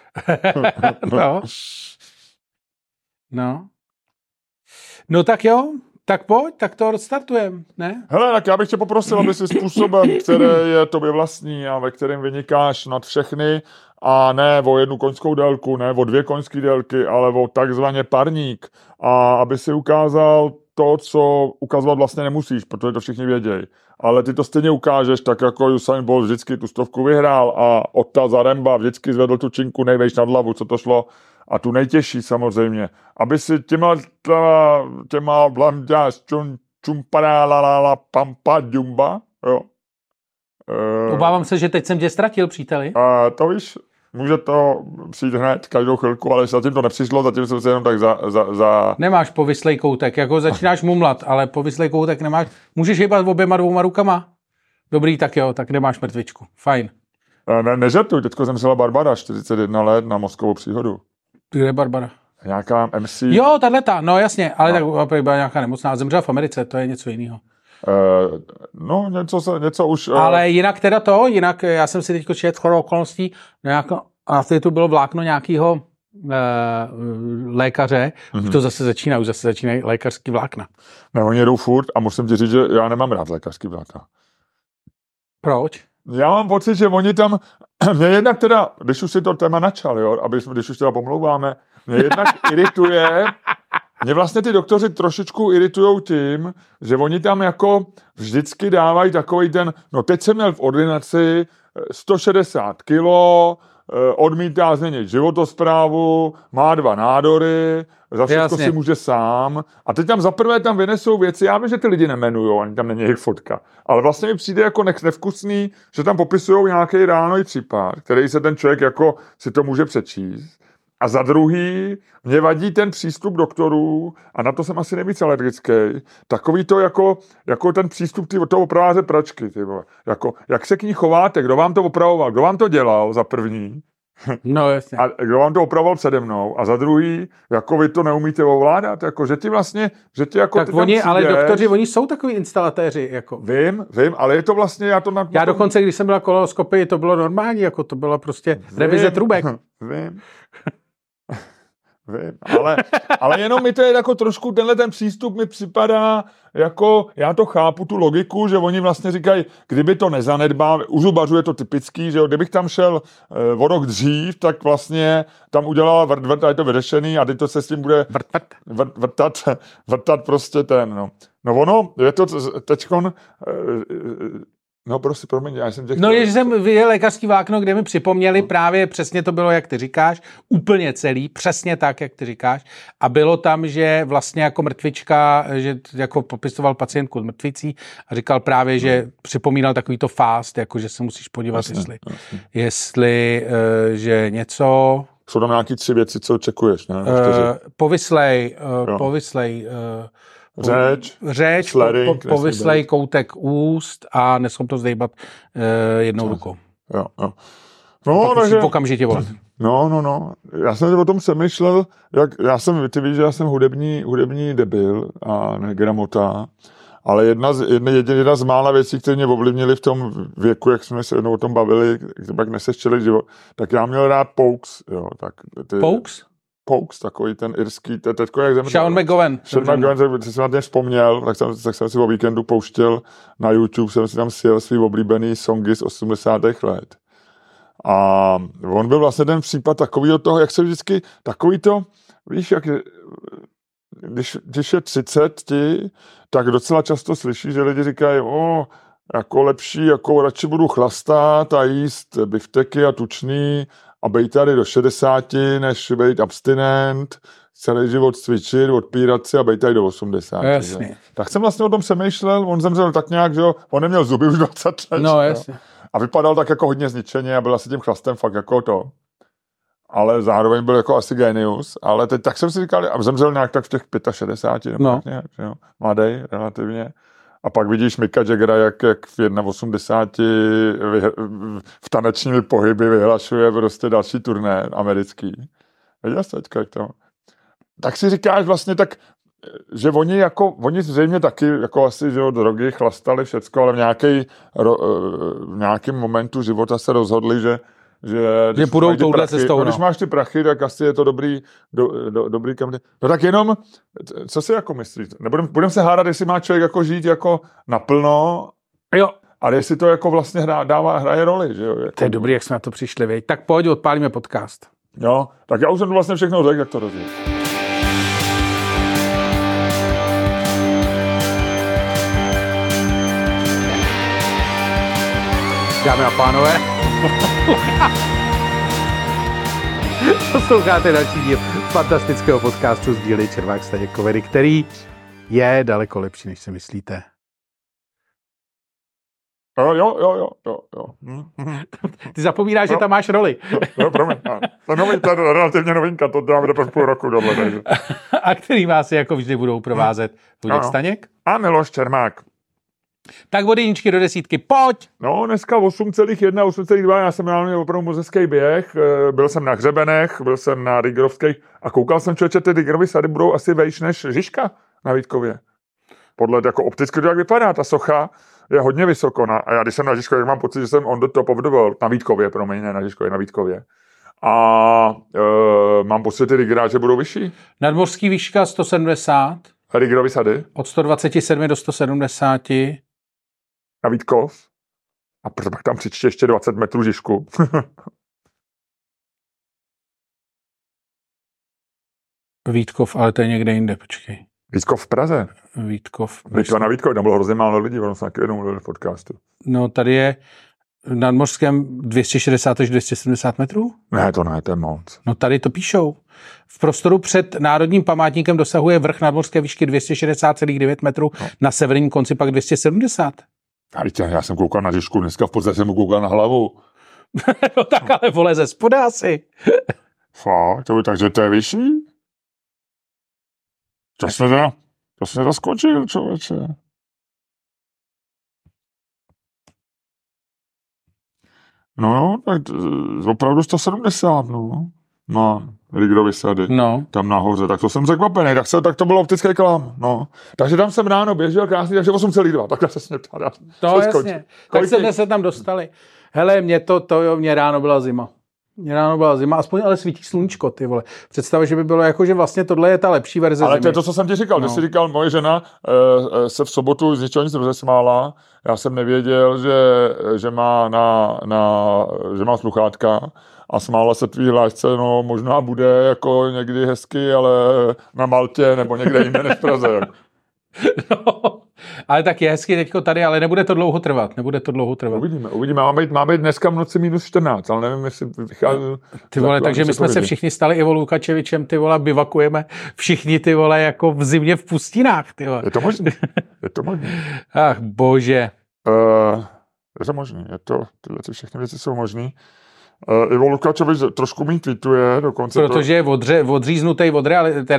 No tak jo, tak pojď, tak to odstartujeme, ne? Hele, tak já bych tě poprosil, aby si způsobem, který je tobě vlastní a ve kterém vynikáš nad všechny, a ne o 1 koňskou délku, ne o 2 koňské délky, ale o takzvaně parník. A aby si ukázal to, co ukazovat vlastně nemusíš, protože to všichni vědějí. Ale ty to stejně ukážeš, tak jako Usain Bolt vždycky tu 100 vyhrál a Otta Zaremba vždycky zvedl tu činku nejvejš nad hlavu, co to šlo. A tu nejtěžší samozřejmě. Aby si těma blamďáš čumpará pampa džumba, jo. Obávám se, že teď jsem tě ztratil, příteli. To víš, může to přijít hned každou chvilku, ale zatím to nepřišlo, zatím jsem se jenom tak za... Nemáš povislej koutek, jako začínáš mumlat, ale povislej koutek nemáš. Můžeš hýbat oběma 2 rukama? Dobrý, tak jo, tak nemáš mrtvičku. Fajn. Nežartuj, teďko zemřela Barbara, 41 let na mozkovou příhodu. Kde je Barbara? Nějaká MC. Jo, tato, no jasně, ale tak byla nějaká nemocná. Zemřela v Americe, to je něco jiného. No, něco už... Ale jinak já jsem si teďko četl shodou okolností, a tu bylo vlákno nějakého lékaře, už to zase začínají lékařský vlákna. Ne, oni jedou furt a musím ti říct, že já nemám rád lékařský vlákna. Proč? Já mám pocit, že oni tam, mě jednak teda, když už si to téma načal, jo, když už teda pomlouváme, mě jednak irituje, mě vlastně ty doktoři trošičku iritujou tím, že oni tam jako vždycky dávají takovej ten, no teď jsem měl v ordinaci 160 kilo, odmítá změnit životosprávu, má 2 nádory, za všechno si může sám. A teď tam zaprvé tam vynesou věci, já vím, že ty lidi nemenujou, ani tam není jejich fotka, ale vlastně mi přijde jako nevkusný, že tam popisujou nějaký ránový případ, který se ten člověk jako si to může přečíst. A za druhý, mě vadí ten přístup doktorů, a na to jsem asi nejvíc alergický, takový to jako ten přístup toho opraváře pračky, ty vole. Jako, jak se k ní chováte, kdo vám to opravoval, kdo vám to dělal za první, No jasně. A kdo vám to opravoval přede mnou? A za druhý, jako vy to neumíte ovládat, jako, že ti vlastně, že ti jako tak ty oni, tam ale přijdeš, doktoři, oni jsou takový instalatéři, jako. Vím, ale je to vlastně, já Dokonce, když jsem byla kolonoskopii, to bylo normální, jako to bylo prostě revize trubek. Vím, ale jenom mi to je jako trošku, tenhle ten přístup mi připadá, jako já to chápu, tu logiku, že oni vlastně říkají, kdyby to nezanedbal, u zubařů je to typický, že jo, kdybych tam šel o rok dřív, tak tam udělala vrt a je to vyřešený a teď to se s tím bude vrtat prostě ten, no ono, je to teďkon, no prostě, promiň, já jsem No, že jsem viděl lékařský vlákno, kde mi připomněli právě přesně to bylo, jak ty říkáš, úplně celý, přesně tak, jak ty říkáš. A bylo tam, že vlastně jako mrtvička, že jako popisoval pacientku s mrtvicí a říkal právě, že připomínal takový to fast, jako že se musíš podívat, jestli že něco... Jsou tam nějaký 3 věci, co očekuješ, ne? Povyslej, řeč, povyslej koutek úst a neschopnost dejbat jednou rukou. Jo. No, takže... okamžitě volat. No. Já jsem o tom přemýšlel, ty víš, že já jsem hudební debil a negramota, ale jedna z mála věcí, které mě ovlivnily v tom věku, jak jsme se o tom bavili, jak neseštěli život, tak já měl rád Pokes, jo. Pokes, takový ten irský, teďko jak zemřel. Sean McGowan, si na ten vzpomněl, tak jsem si o víkendu pouštěl na YouTube, jsem si tam sjel svý oblíbený songy z 80. let. A on byl vlastně ten případ takovýho toho, jak se vždycky, takový to, víš, jak když je 30 ti, tak docela často slyší, že lidi říkají, jako lepší, jako radši budu chlastat a jíst bifteky a tučný a bejt tady do 60, než bejt abstinent, celý život cvičit, odpírat si a bejt tady do 80. Jasně. Tak jsem vlastně o tom přemýšlel, on zemřel tak nějak, že jo, on neměl zuby už 20 let. No, jasně. A vypadal tak jako hodně zničeně a byl asi tím chlastem fakt jako to. Ale zároveň byl jako asi genius, ale teď tak jsem si říkal, a zemřel nějak tak v těch 65, nebo tak nějak, jo, mladý relativně. A pak vidíš Micka Jaggera, jak v 81 v tanečními pohyby vyhlašuje prostě další turné americký. Viděl jsi teďka, jak to? Tak si říkáš vlastně tak, že oni zřejmě taky jako asi, že drogy chlastali všecko, ale v nějakém momentu života se rozhodli, že půjdou touhle cestou. Když máš ty prachy, tak asi je to dobrý kam. No tak jenom, co si jako myslíš? Budeme se hádat, jestli má člověk jako žít jako naplno, jo. Ale jestli to jako vlastně hraje roli, že jo? Jako... To je dobrý, jak jsme na to přišli, viď? Tak pojď, odpálíme podcast. Jo, tak já už jsem to vlastně všechno řekl, jak to rozvíjí. Dámy a pánové, posloucháte další díl fantastického podcastu z díly Červák Staněk Comedy, který je daleko lepší, než si myslíte. Jo. Ty zapomínáš, že tam máš roli. No, promiň. To je relativně novinka, to dáme do půl roku dohle. A který vás jako vždy budou provázet Luděk Staněk? A Miloš Čermák. Tak od 1 do 10, pojď! No, dneska 8,1, 8,2, já jsem měl opravdu moc hezký běh, byl jsem na hřebenech, byl jsem na Rigrovských a koukal jsem, člověče, ty Rigrovy sady budou asi vejš než Žižka na Vítkově. Podle jako opticky to jak vypadá, ta socha je hodně vysoko. A já když jsem na Žižkově, mám pocit, že jsem on the top of the world, na Vítkově, promiň, ne na Žižkově, na Vítkově. A mám pocit, že ty Rigráže budou vyšší. Nadmořský výška 170. Rigrovy sady. Od 127 do 170. Na Vítkov. A pak tam přičtě ještě 20 metrů Žižku. Vítkov, ale to je někde jinde, počkej. Vítkov v Praze. Vítkov. Bitva na Vítkově, tam bylo hrozně málo lidí, ono se taky jednou mluvili v podcastu. No, tady je v nadmořském 260 až 270 metrů? Ne, to je moc. No tady to píšou. V prostoru před Národním památníkem dosahuje vrch nadmořské výšky 260,9 metrů, na severním konci pak 270. Já jsem koukal na Žižku, dneska v podstatě jsem koukal na hlavu. No tak ale vole ze spoda asi. Fakt, takže to je vyšší? To jsme zaskočil, člověče. No, tak opravdu 170, no. Má Rigrovy sady. No. Tam nahoře, tak to jsem překvapený, tak to bylo optický klam, no. Takže tam jsem ráno běžel krásný, takže 8,2, takhle se mě ptá. To jasně, tak jsme se tam dostali. Hele, mě ráno byla zima. Aspoň ale svítí sluníčko, ty vole. Představa, že by bylo jako, že vlastně tohle je ta lepší verze ale zimy. to je to, co jsem ti říkal. No. Ty jsi říkal, moje žena se v sobotu z ničeho nic rozesmála. Já jsem nevěděl, že má že má sluchátka a smála se tvý hlášce, no možná bude jako někdy hezky, ale na Maltě nebo někde jinde než v Praze. No, ale tak je hezky teďko tady, ale nebude to dlouho trvat. Uvidíme. Má být dneska v noci -14, ale nevím, jestli vychází. Ty vole, takže my jsme se všichni stali Ivo Lukačevičem, ty vole, bivakujeme všichni, ty vole, jako v zimě v pustinách, ty vole. Je to možné. Ach, bože. Je to možné, tyhle všechny věci jsou možné. Ivo Lukačevič trošku méně tweetuje dokonce. Protože je odříznutý od reality,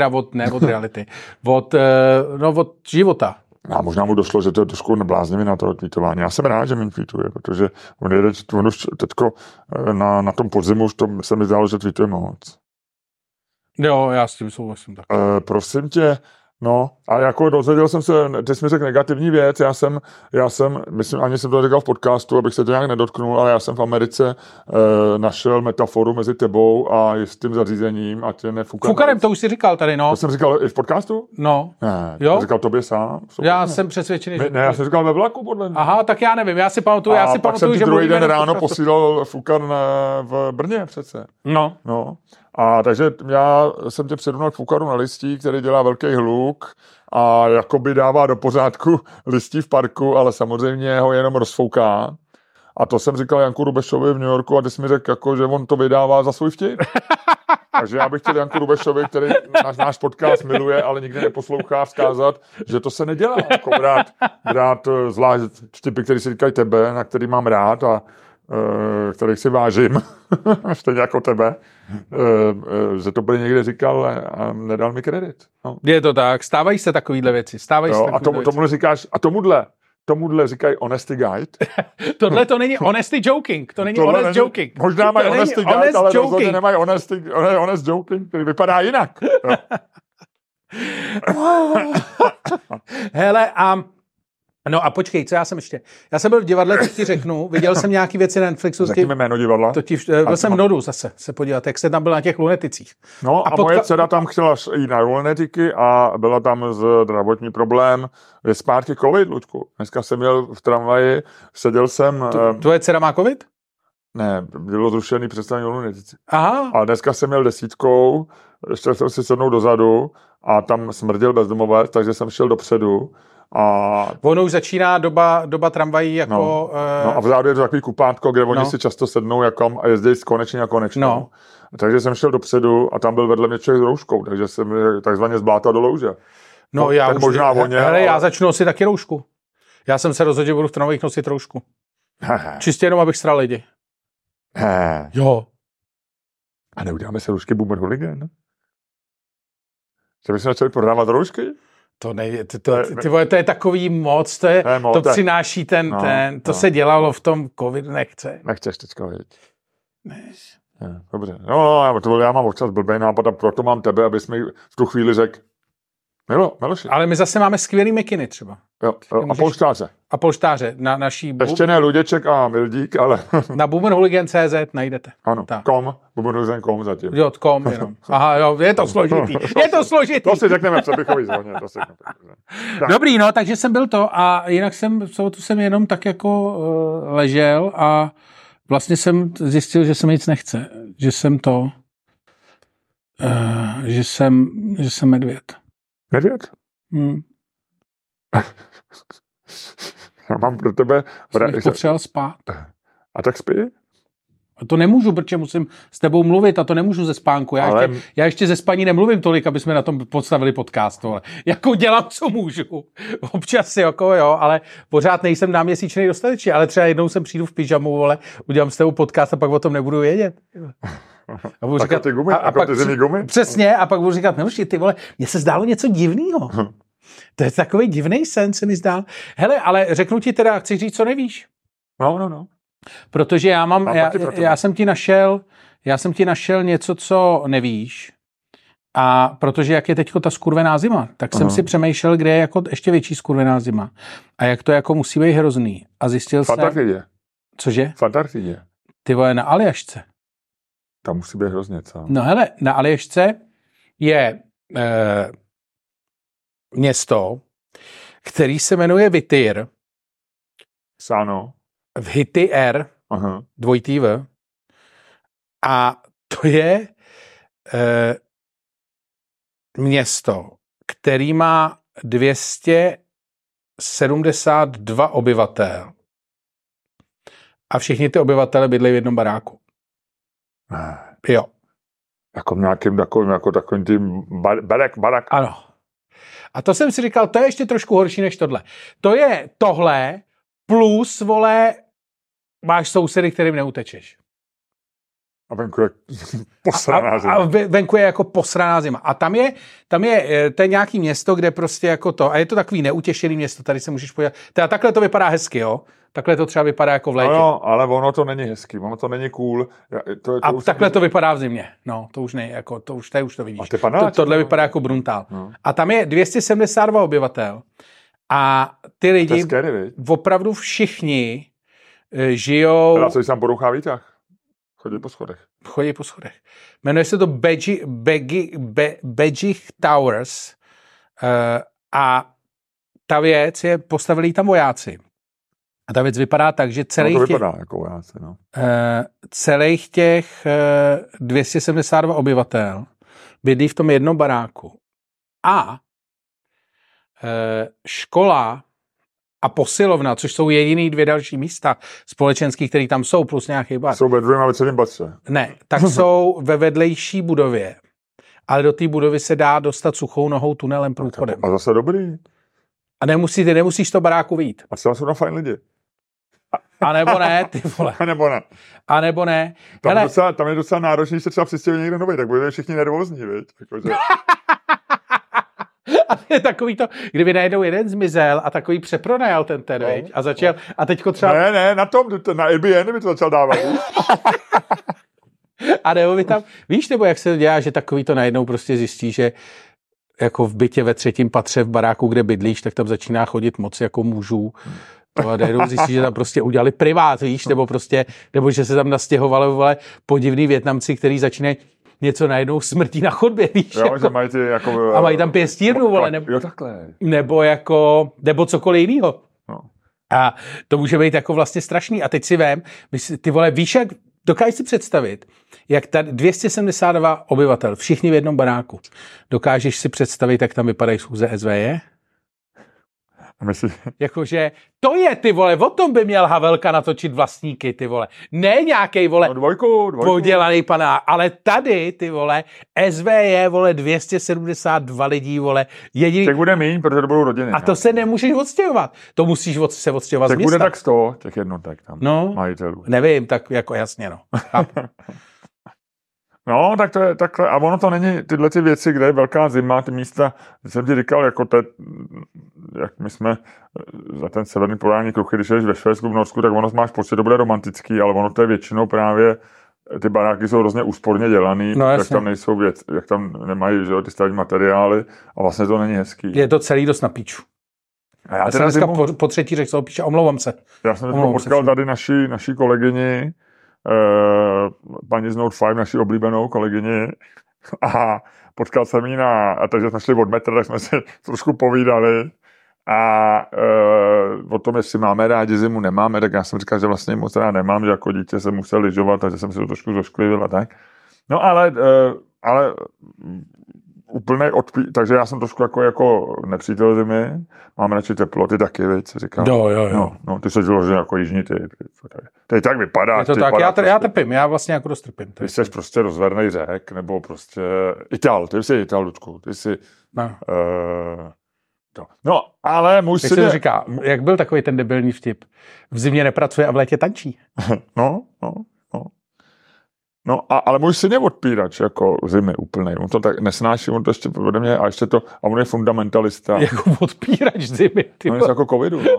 od života. A možná mu došlo, že to je trošku nebláznivý na to tweetování. Já jsem rád, že méně tweetuje, protože on už teďko na tom podzimu už to se mi zdálo, že tweetuje moc. Jo, já s tím souhlasím tak. Prosím tě, no, a jako dozvěděl jsem se, ty jsi mi řekl negativní věc, já jsem, myslím, ani jsem to říkal v podcastu, abych se to nějak nedotknul, ale já jsem v Americe našel metaforu mezi tebou a jistým zařízením a tě nefukarem. Fukarem, to už jsi říkal tady, no. To jsem říkal i v podcastu? No. Ne, jo? To říkal tobě sám. Já jsem přesvědčený. Ne, já jsem říkal ve vlaku, podle mě. Aha, tak já nevím, já si pamatuju, pak jsem ti druhý den ráno posílal fukar v Brně přece. No. A takže já jsem tě předunal k fukaru na listí, který dělá velký hluk a jakoby dává do pořádku listí v parku, ale samozřejmě ho jenom rozfouká. A to jsem říkal Janku Rubešovi v New Yorku a ty jsi mi řekl, jako, že on to vydává za svůj vtip. Takže já bych chtěl Janku Rubešovi, který náš podcast miluje, ale nikdy neposlouchá, vzkázat, že to se nedělá. Jako brát zvlášť vtipy, který si říkají tebe, na který mám rád a kterých si vážím, stejně jako tebe, že to by někde říkal a nedal mi kredit. No. Je to tak, stávají se takovýhle věci. A tomuhle říkají honesty guide. Tohle to není honesty joking, to není honest joking. Možná mají honesty guide, ale rozhodně nemají honest joking, který vypadá jinak. Hele, no a počkej, co já jsem byl v divadle, to ti řeknu, viděl jsem nějaký věci na Netflixu. Řekněme jméno divadla. Byl jsem v Nodu zase se podívat, jak se tam byl na těch luneticích. No a moje dcera tam chtěla jít na lunetiky a byla tam zdravotní problém. Je zpátky covid, Luďku. Dneska jsem jel v tramvaji, seděl jsem... Tvoje dcera má covid? Ne, bylo zrušený představení o lunetici. Aha. A dneska jsem jel 10, ještě jsem si sednul dozadu a tam smrdil bezdomovec, takže jsem šel dopředu. A ono už začíná doba tramvají jako... No a vzadu je to takový kupátko, kde oni si často sednou jako, a jezdí konečně a konečně. No. Takže jsem šel dopředu a tam byl vedle mě člověk s rouškou, takže jsem takzvaně zblátal do louže. No já už... možná voněl, ale... já začnu nosit taky roušku. Já jsem se rozhodl, že budu v tramvajích nosit roušku. Čistě jenom, abych sral lidi. Jo. A neuděláme se roušky Boomer Hooligan? Že bychom začali prodávat roušky? To je takový moc, to přináší to se dělalo v tom covid, Nechceš teďka vidět. Dobře, no, já mám občas blbej nápad a proto mám tebe, abys mi v tu chvíli řekl, Miloši. Ale my zase máme skvělý mikiny třeba. Jo, a polštáře. A polštáře na naší... Ještě ne Luděček a Mildík, ale... Na boomerhooligan.cz najdete. Ano, tak. boomerhooligan.com zatím. Jo, com jenom. Aha, jo, je to složitý. To si řekneme v přebychový zóně. Dobrý, no, takže jsem byl to a jinak jsem jenom tak jako ležel a vlastně jsem zjistil, že se mi nic nechce. Že jsem medvěd. Medvěd? Já mám pro tebe... Jsem potřeboval spát. A tak spí? A to nemůžu, protože musím s tebou mluvit a to nemůžu ze spánku. Já ještě ze spaní nemluvím tolik, aby jsme na tom podstavili podcast. Tohle. Jako dělám, co můžu. Občas si jako jo, ale pořád nejsem náměsíčnej dostatečně, ale třeba jednou sem přijdu v pyžamu, vole, udělám s tebou podcast a pak o tom nebudu vědět. A budu říkat, ty zimní gumy? Přesně, a pak budu říkat, Miloši, ty vole, mně se zdálo něco divného. To je takový divný sen, se mi zdál. Hele, ale řeknu ti teda, chci říct, co nevíš. No. Protože já jsem ti našel něco, co nevíš. A protože jak je teďko ta skurvená zima, tak jsem si přemýšlel, kde je jako ještě větší skurvená zima. A jak to jako musí být hrozný. A zjistil jsem... Antarktidě. Cože? V Antarktidě. Ty vole, na Aljašce. Tam musí být hrozně, co? No hele, na Aljašce je město, který se jmenuje Whittier. Sáno. V Whittier, dvojitý V. A to je město, který má 272 obyvatel. A všichni ty obyvatele bydlejí v jednom baráku. Jo. Jako nějakým takovým tím barak. Ano. A to jsem si říkal, to je ještě trošku horší než tohle. To je tohle plus, vole, máš sousedy, kterým neutečeš. A venku je posraná zima. A venku je jako posraná zima. A tam je to je nějaký město, kde prostě jako to, a je to takový neutěšený město, tady se můžeš podívat. Teda takhle to vypadá hezky, jo? Takhle to třeba vypadá jako v létě. No, ale ono to není hezký, ono to není cool. A takhle to vypadá v zimě. No, to už ne, jako, to už to vidíš. Tohle vypadá jako bruntál. No. A tam je 272 obyvatel. A ty lidi, opravdu všichni žijou... A co jsi tam porouchá výtah? Chodí po schodech. Jmenuje se to Begich Towers a ta věc je, postavili tam vojáci. A ta věc vypadá tak, že celých těch 272 obyvatel bydlí v tom jednom baráku. A škola a posilovna, což jsou jediný 2 další místa společenský, které tam jsou, plus nějaký bar. Jsou ve druhém a ve třetím patře. Ne, tak jsou ve vedlejší budově. Ale do té budovy se dá dostat suchou nohou tunelem průchodem. A zase dobrý. A nemusíš to baráku vyjít. A třeba jsou na fajn lidi. A nebo ne, ty vole. A nebo ne. Tam je docela náročný, se třeba přistěhuje někdo nový, tak budeme všichni nervózní, viď? Jakože... A to je takový to, kdyby najednou jeden zmizel a takový přepronajal ten viď? A začal, a teďko třeba... Ne, na Airbnb by to začal dávat. A nebo by tam, víš, nebo jak se to dělá, že takový to najednou prostě zjistí, že jako v bytě ve 3. patře v baráku, kde bydlíš, tak tam začíná chodit moc jako mužů. A najednou zjistí, že tam prostě udělali privát, víš, nebo že se tam nastěhovali podivný Vietnamci, který začínají něco najednou smrtí na chodbě, víš? Jo, že mají ty jako... A mají tam pěstírnu, vole. Jo, takhle. Nebo cokoliv jinýho. No. A to může být jako vlastně strašný. A teď si vem, ty vole, víš, jak dokážeš si představit, jak tady 272 obyvatel, všichni v jednom baráku. Dokážeš si představit, jak tam vypadají schůze SVJ? Jakože to je, ty vole, o tom by měl Havelka natočit Vlastníky, ty vole. Ne nějakej, vole, no, dvojku. podělaný pana, ale tady, ty vole, SVJ, vole, 272 lidí, vole, jediný... Tak bude míň, protože to budou rodiny. A to se nemůžeš odstěhovat. To musíš se odstěhovat z města. Tak bude tak 100 těch jednotek tam, majitelů. Nevím, tak jako jasně, no. No, tak to je takhle. A ono to není tyhle ty věci, kde je velká zima, ty místa, jsem ti říkal, jako jak my jsme za ten severní polární kruh, když jdeš ve Švédsku, v Norsku, tak ono máš pocit, že to bude romantický, ale ono to je většinou právě, ty baráky jsou hrozně úsporně dělaný, jak tam nejsou jak tam nemají, že, ty stavní materiály a vlastně to není hezký. Je to celý dost na píču. A já jsem dneska po třetí řekl, píče, omlouvám se. Já jsem dneska potkal tady naší kolegyni, paní z Note 5, naši oblíbenou kolegyni, a potkal jsem ji takže jsme šli od metra, tak jsme si trošku povídali a o tom, jestli máme rádi zimu, nemáme, tak já jsem říkal, že vlastně moc rád nemám, že jako dítě jsem musel lyžovat, takže jsem si to trošku zošklivil a tak. No ale úplnej takže já jsem trošku jako nepřítel zimy, mám radši teplo, ty taky, víc, říkám. Jo. No, ty se vyložený jako jižní typ. Teď tak vypadá. Je to tak, já trpím, já vlastně jako dost trpím. Ty jsi prostě rozvernej řek, nebo prostě ty jsi Ital, Lučku, ty jsi... No, ale můj syn... Jak se to říká, jak byl takový ten debilní vtip? V zimě nepracuje a v létě tančí. No. No, ale můj syn je odpírač, jako zimy úplnej. On to tak nesnáší, on to ještě ode mě, a ještě to, a on je fundamentalista. Jako odpírač zimy, ty On je jako covidu, no.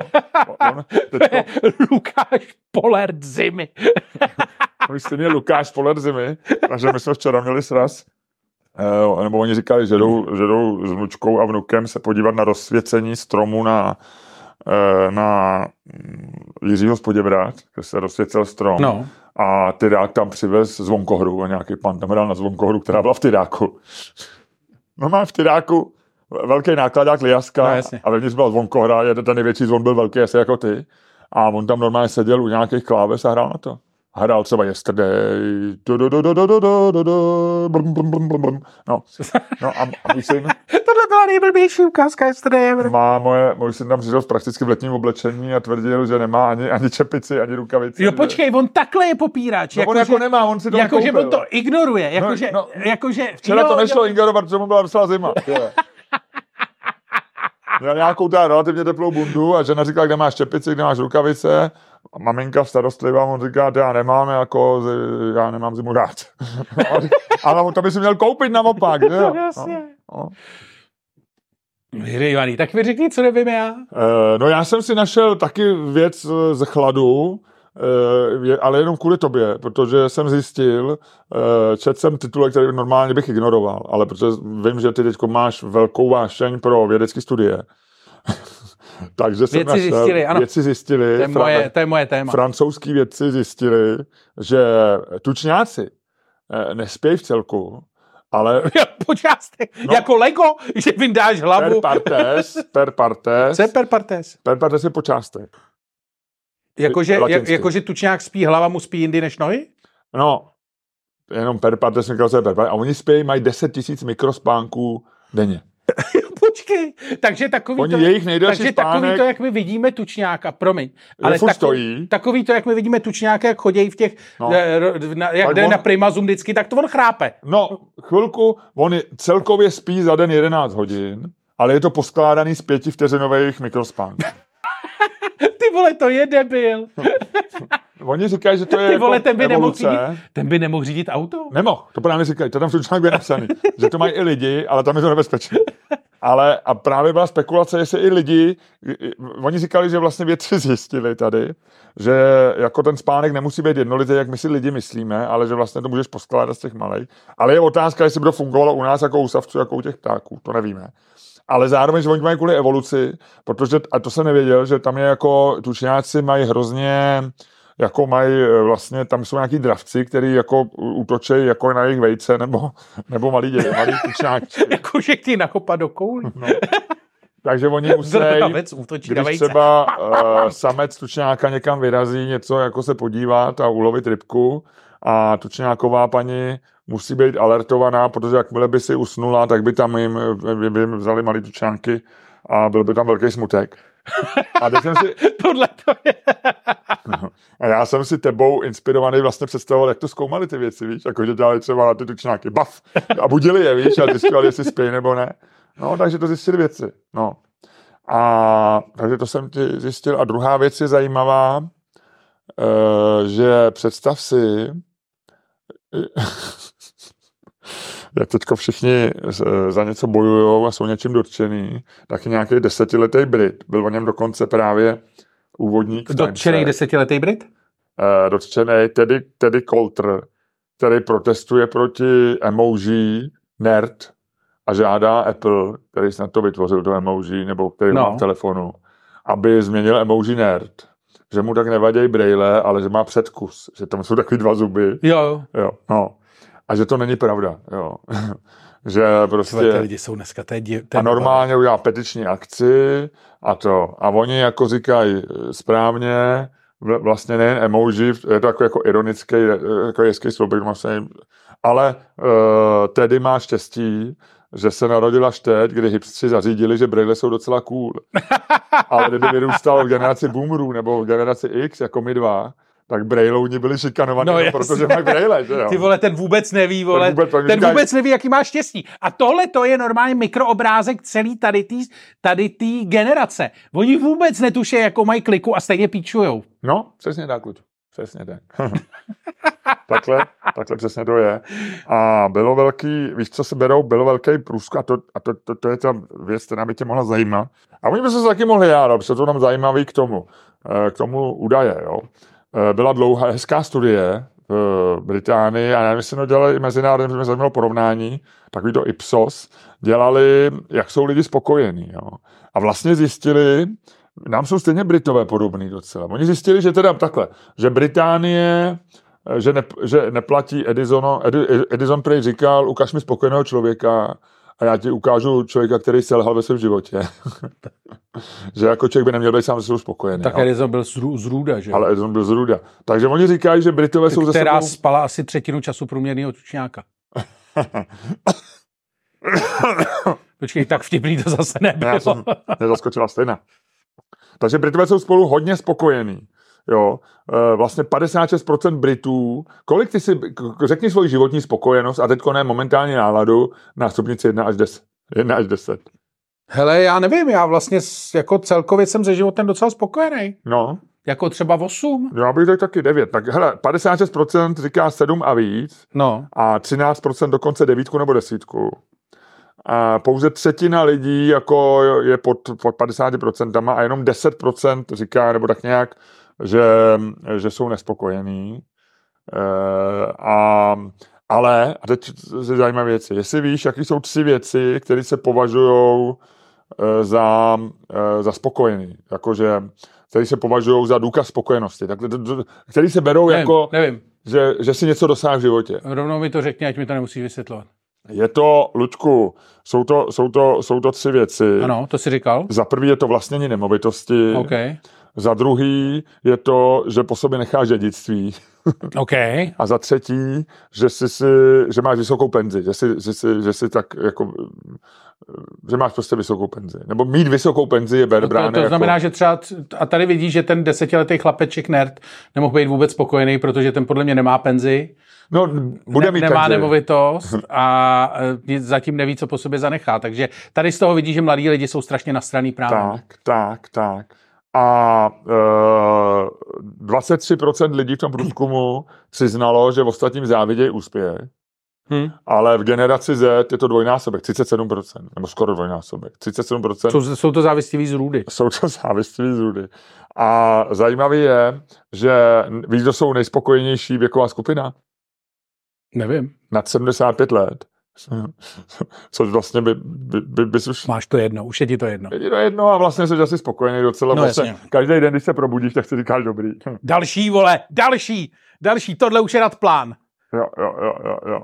Lukáš Polert zimy. Můj syn je Lukáš Polert zimy, takže my jsme včera měli sraz. Nebo oni říkali, že jdou s vnučkou a vnukem se podívat na rozsvěcení stromu na Jiřího z Poděbrad, kde se rozsvěcel strom. No. A Tyrák tam přivez zvonkohru a nějaký pan tam hrál na zvonkohru, která byla v Tyráku. No má v Tyráku velký nákladák Liaska a vevnitř byla zvonkohra, ten největší zvon byl velký, asi jako ty. A on tam normálně seděl u nějakých kláves a hrál na to. Hrál třeba Yesterday. No a můj syn... Tohle byla nejblbější ukázka Yesterday. Můj syn tam přišel prakticky v letním oblečení a tvrdil, že nemá ani čepici, ani rukavici. Jo, počkej, on takhle je popírač. No on jako nemá, on si to jakože on to ignoruje. Jakože včera to nešlo ignorovat, protože mu byla docela zima. Měl nějakou ta relativně teplou bundu a žena říkala, kde máš čepici, kde máš rukavice. A maminka starostlivá, on říká, já nemám zimu rád. Ale on to by si měl koupit naopak. Vyryvaný, tak mi řekni, co nevím já. No já jsem si našel taky věc z chladu, ale jenom kvůli tobě, protože jsem zjistil, četl jsem titulek, který normálně bych ignoroval, ale protože vím, že ty teďko máš velkou vášeň pro vědecké studie. Takže jsem vědci zjistili, to je moje téma. Francouzský vědci zjistili, že tučňáci nespějí v celku, ale... Po částech, jako Lego, že vyndáš hlavu. Per partes. Co je per partes? Per partes je po částech. Jakože tučňák spí, hlava mu spí jindy než nohy? No, jenom per partes, a oni spějí, mají 10 000 mikrospánků denně. Počkej, takže takový to, jak my vidíme tučňáka, promiň, ale takový to, jak my vidíme tučňáka, jak chodí v těch, jak jde na Primazum vždycky, tak to on chrápe. No, chvilku, on celkově spí za den 11 hodin, ale je to poskládaný z 5vteřinových mikrospánků. Ty vole, to je debil. Oni říkají, že to je ten by nemohl řídit auto? Nemohl, to právě říkají, to tam v tučňáku je napsaný, že to mají i lidi, ale tam je to nebezpečné. Ale a právě byla spekulace, jestli i lidi, oni říkali, že vlastně vědci zjistili tady, že jako ten spánek nemusí být jednolitý, jak my si lidi myslíme, ale že vlastně to můžeš poskládat z těch malej. Ale je otázka, jestli by to fungovalo u nás jako u savců, jako u těch ptáků, to nevíme. Ale zároveň, že oni mají kvůli evoluci, protože, a to jsem nevěděl, že tam je jako, tučňáci mají hrozně, jako mají vlastně, tam jsou nějaký dravci, který jako útočí jako na jejich vejce, nebo malý tučňáci. Jakože ty nakopat do koulí. No. Takže oni musí, když třeba samec tučňáka někam vyrazí, něco jako se podívat a ulovit rybku a tučňáková paní musí být alertovaná, protože jakmile by si usnula, tak by tam jim vzali malý tučňáky a byl by tam velký smutek. A teď jsem si... Tohle to je... A já jsem si tebou inspirovaný vlastně představoval, jak to zkoumali ty věci, víš, jako že dělali třeba ty tučňáky, baf, a budili je, víš, a zjistili, jestli spí nebo ne. No, takže to zjistili věci, no. A takže to jsem ti zjistil. A druhá věc je zajímavá, že představ si, jak teďko všichni za něco bojujou a jsou něčím dotčený, taky nějaký 10letý Brit. Byl o něm dokonce právě úvodník. Dotčený 10letý Brit? Dotčený Teddy Coulter, který protestuje proti emoji nerd a žádá Apple, který snad to vytvořil, to emoji, nebo který má v telefonu, aby změnil emoji nerd. Že mu tak nevadí brejle, ale že má předkus, že tam jsou takový 2 zuby. Jo, no. A že to není pravda, jo. Že prostě... Ty lidi jsou dneska, a normálně udělá petiční akci a to. A oni jako říkají správně, vlastně nejen emoji, je to jako ironický, jako hezký sloupek, ale Teddy má štěstí, že se narodila až teď, kdy hipstři zařídili, že brejle jsou docela cool. Ale kdyby vyrůstal v generaci boomerů nebo v generaci X, jako my dva, tak brejlouni byli šikanovaní, protože mají brejle, že jo? Ty vole, ten vůbec neví, vole. Ten vůbec neví, jaký má štěstí. A tohle to je normálně mikroobrázek celý tady tý generace. Oni vůbec netuší, jakou mají kliku a stejně píčujou. No, přesně tak, kluč. Přesně tak. Takhle přesně to je. A bylo velký, víš, co se berou, bylo velký průzkum a to je ta věc, která by tě mohla zajímat. A oni by se taky mohli jádat, protože to tam zajímavý k tomu údaje, jo. Byla dlouhá, hezká studie v Británii a nevím, jestli to dělali i mezinárodně, protože mě zajímalo porovnání, takový to Ipsos, dělali, jak jsou lidi spokojení, jo. A vlastně zjistili, nám jsou stejně Britové podobný docela. Oni zjistili, že teda takhle, že Británie, že neplatí Edison prej říkal, ukaž mi spokojeného člověka a já ti ukážu člověka, který selhal ve svém životě. Že jako člověk by neměl být sám se sebou spokojený. Tak Edison byl z Ruda, že? Ale Edison byl z Ruda. Takže oni říkají, že Britové jsou zase... Která spala asi 1/3 času průměrného tučňáka. Počkej, tak vtipný to zase nebylo. Já jsem nezaskočila stejná. Takže Britové jsou spolu hodně spokojení. Jo, vlastně 56% Britů. Kolik ty si, řekni svoji životní spokojenost a teďko ne momentální náladu na stupnici 1 až 10. Hele, já nevím, já vlastně jako celkově jsem se životem docela spokojený. No. Jako třeba 8. Já bych řekl taky 9. Tak hele, 56% říká 7 a víc. No. A 13% dokonce 9 nebo 10. A pouze 1/3 lidí jako je pod 50% a jenom 10% říká, nebo tak nějak, že jsou nespokojení. Ale, a teď se zajímavé věci, jestli víš, jaký jsou 3 věci, které se považují za spokojený, jakože, které se považují za důkaz spokojenosti, které se berou jako, nevím. Že si něco dosáhne v životě. Rovnou mi to řekni, ať mi to nemusíš vysvětlovat. Je to, Luďku, jsou to 3 věci. Ano, to jsi říkal. Za prvý je to vlastnění nemovitosti. Okay. Za druhý je to, že po sobě necháš dědictví. Okay. A za třetí, že máš vysokou penzi. Že si tak jako, že máš prostě vysokou penzi. Nebo mít vysokou penzi je brány. To znamená, že třeba, a tady vidíš, že ten 10letý chlapeček nerd nemohl být vůbec spokojený, protože ten podle mě nemá penzi. No, bude mít nemá penzi. Nemovitost a zatím neví, co po sobě zanechá. Takže tady z toho vidíš, že mladí lidi jsou strašně nasraný právě. Tak. A 23% lidí v tom průzkumu přiznalo, že v ostatním závidějí úspěch. Ale v generaci Z je to dvojnásobek, 37%, nebo skoro dvojnásobek, 37%. Jsou to závistiví z růdy. Jsou to závistiví z růdy. A zajímavý je, že víš, kdo jsou nejspokojenější věková skupina? Nevím. Nad 75 let. Což vlastně by už... Máš to jedno, už je ti to jedno. Je to jedno a vlastně jsi asi spokojený docela. No, vlastně každý den, když se probudíš, tak si říkáš dobrý. Další, vole, další, tohle už je nad plán. Jo.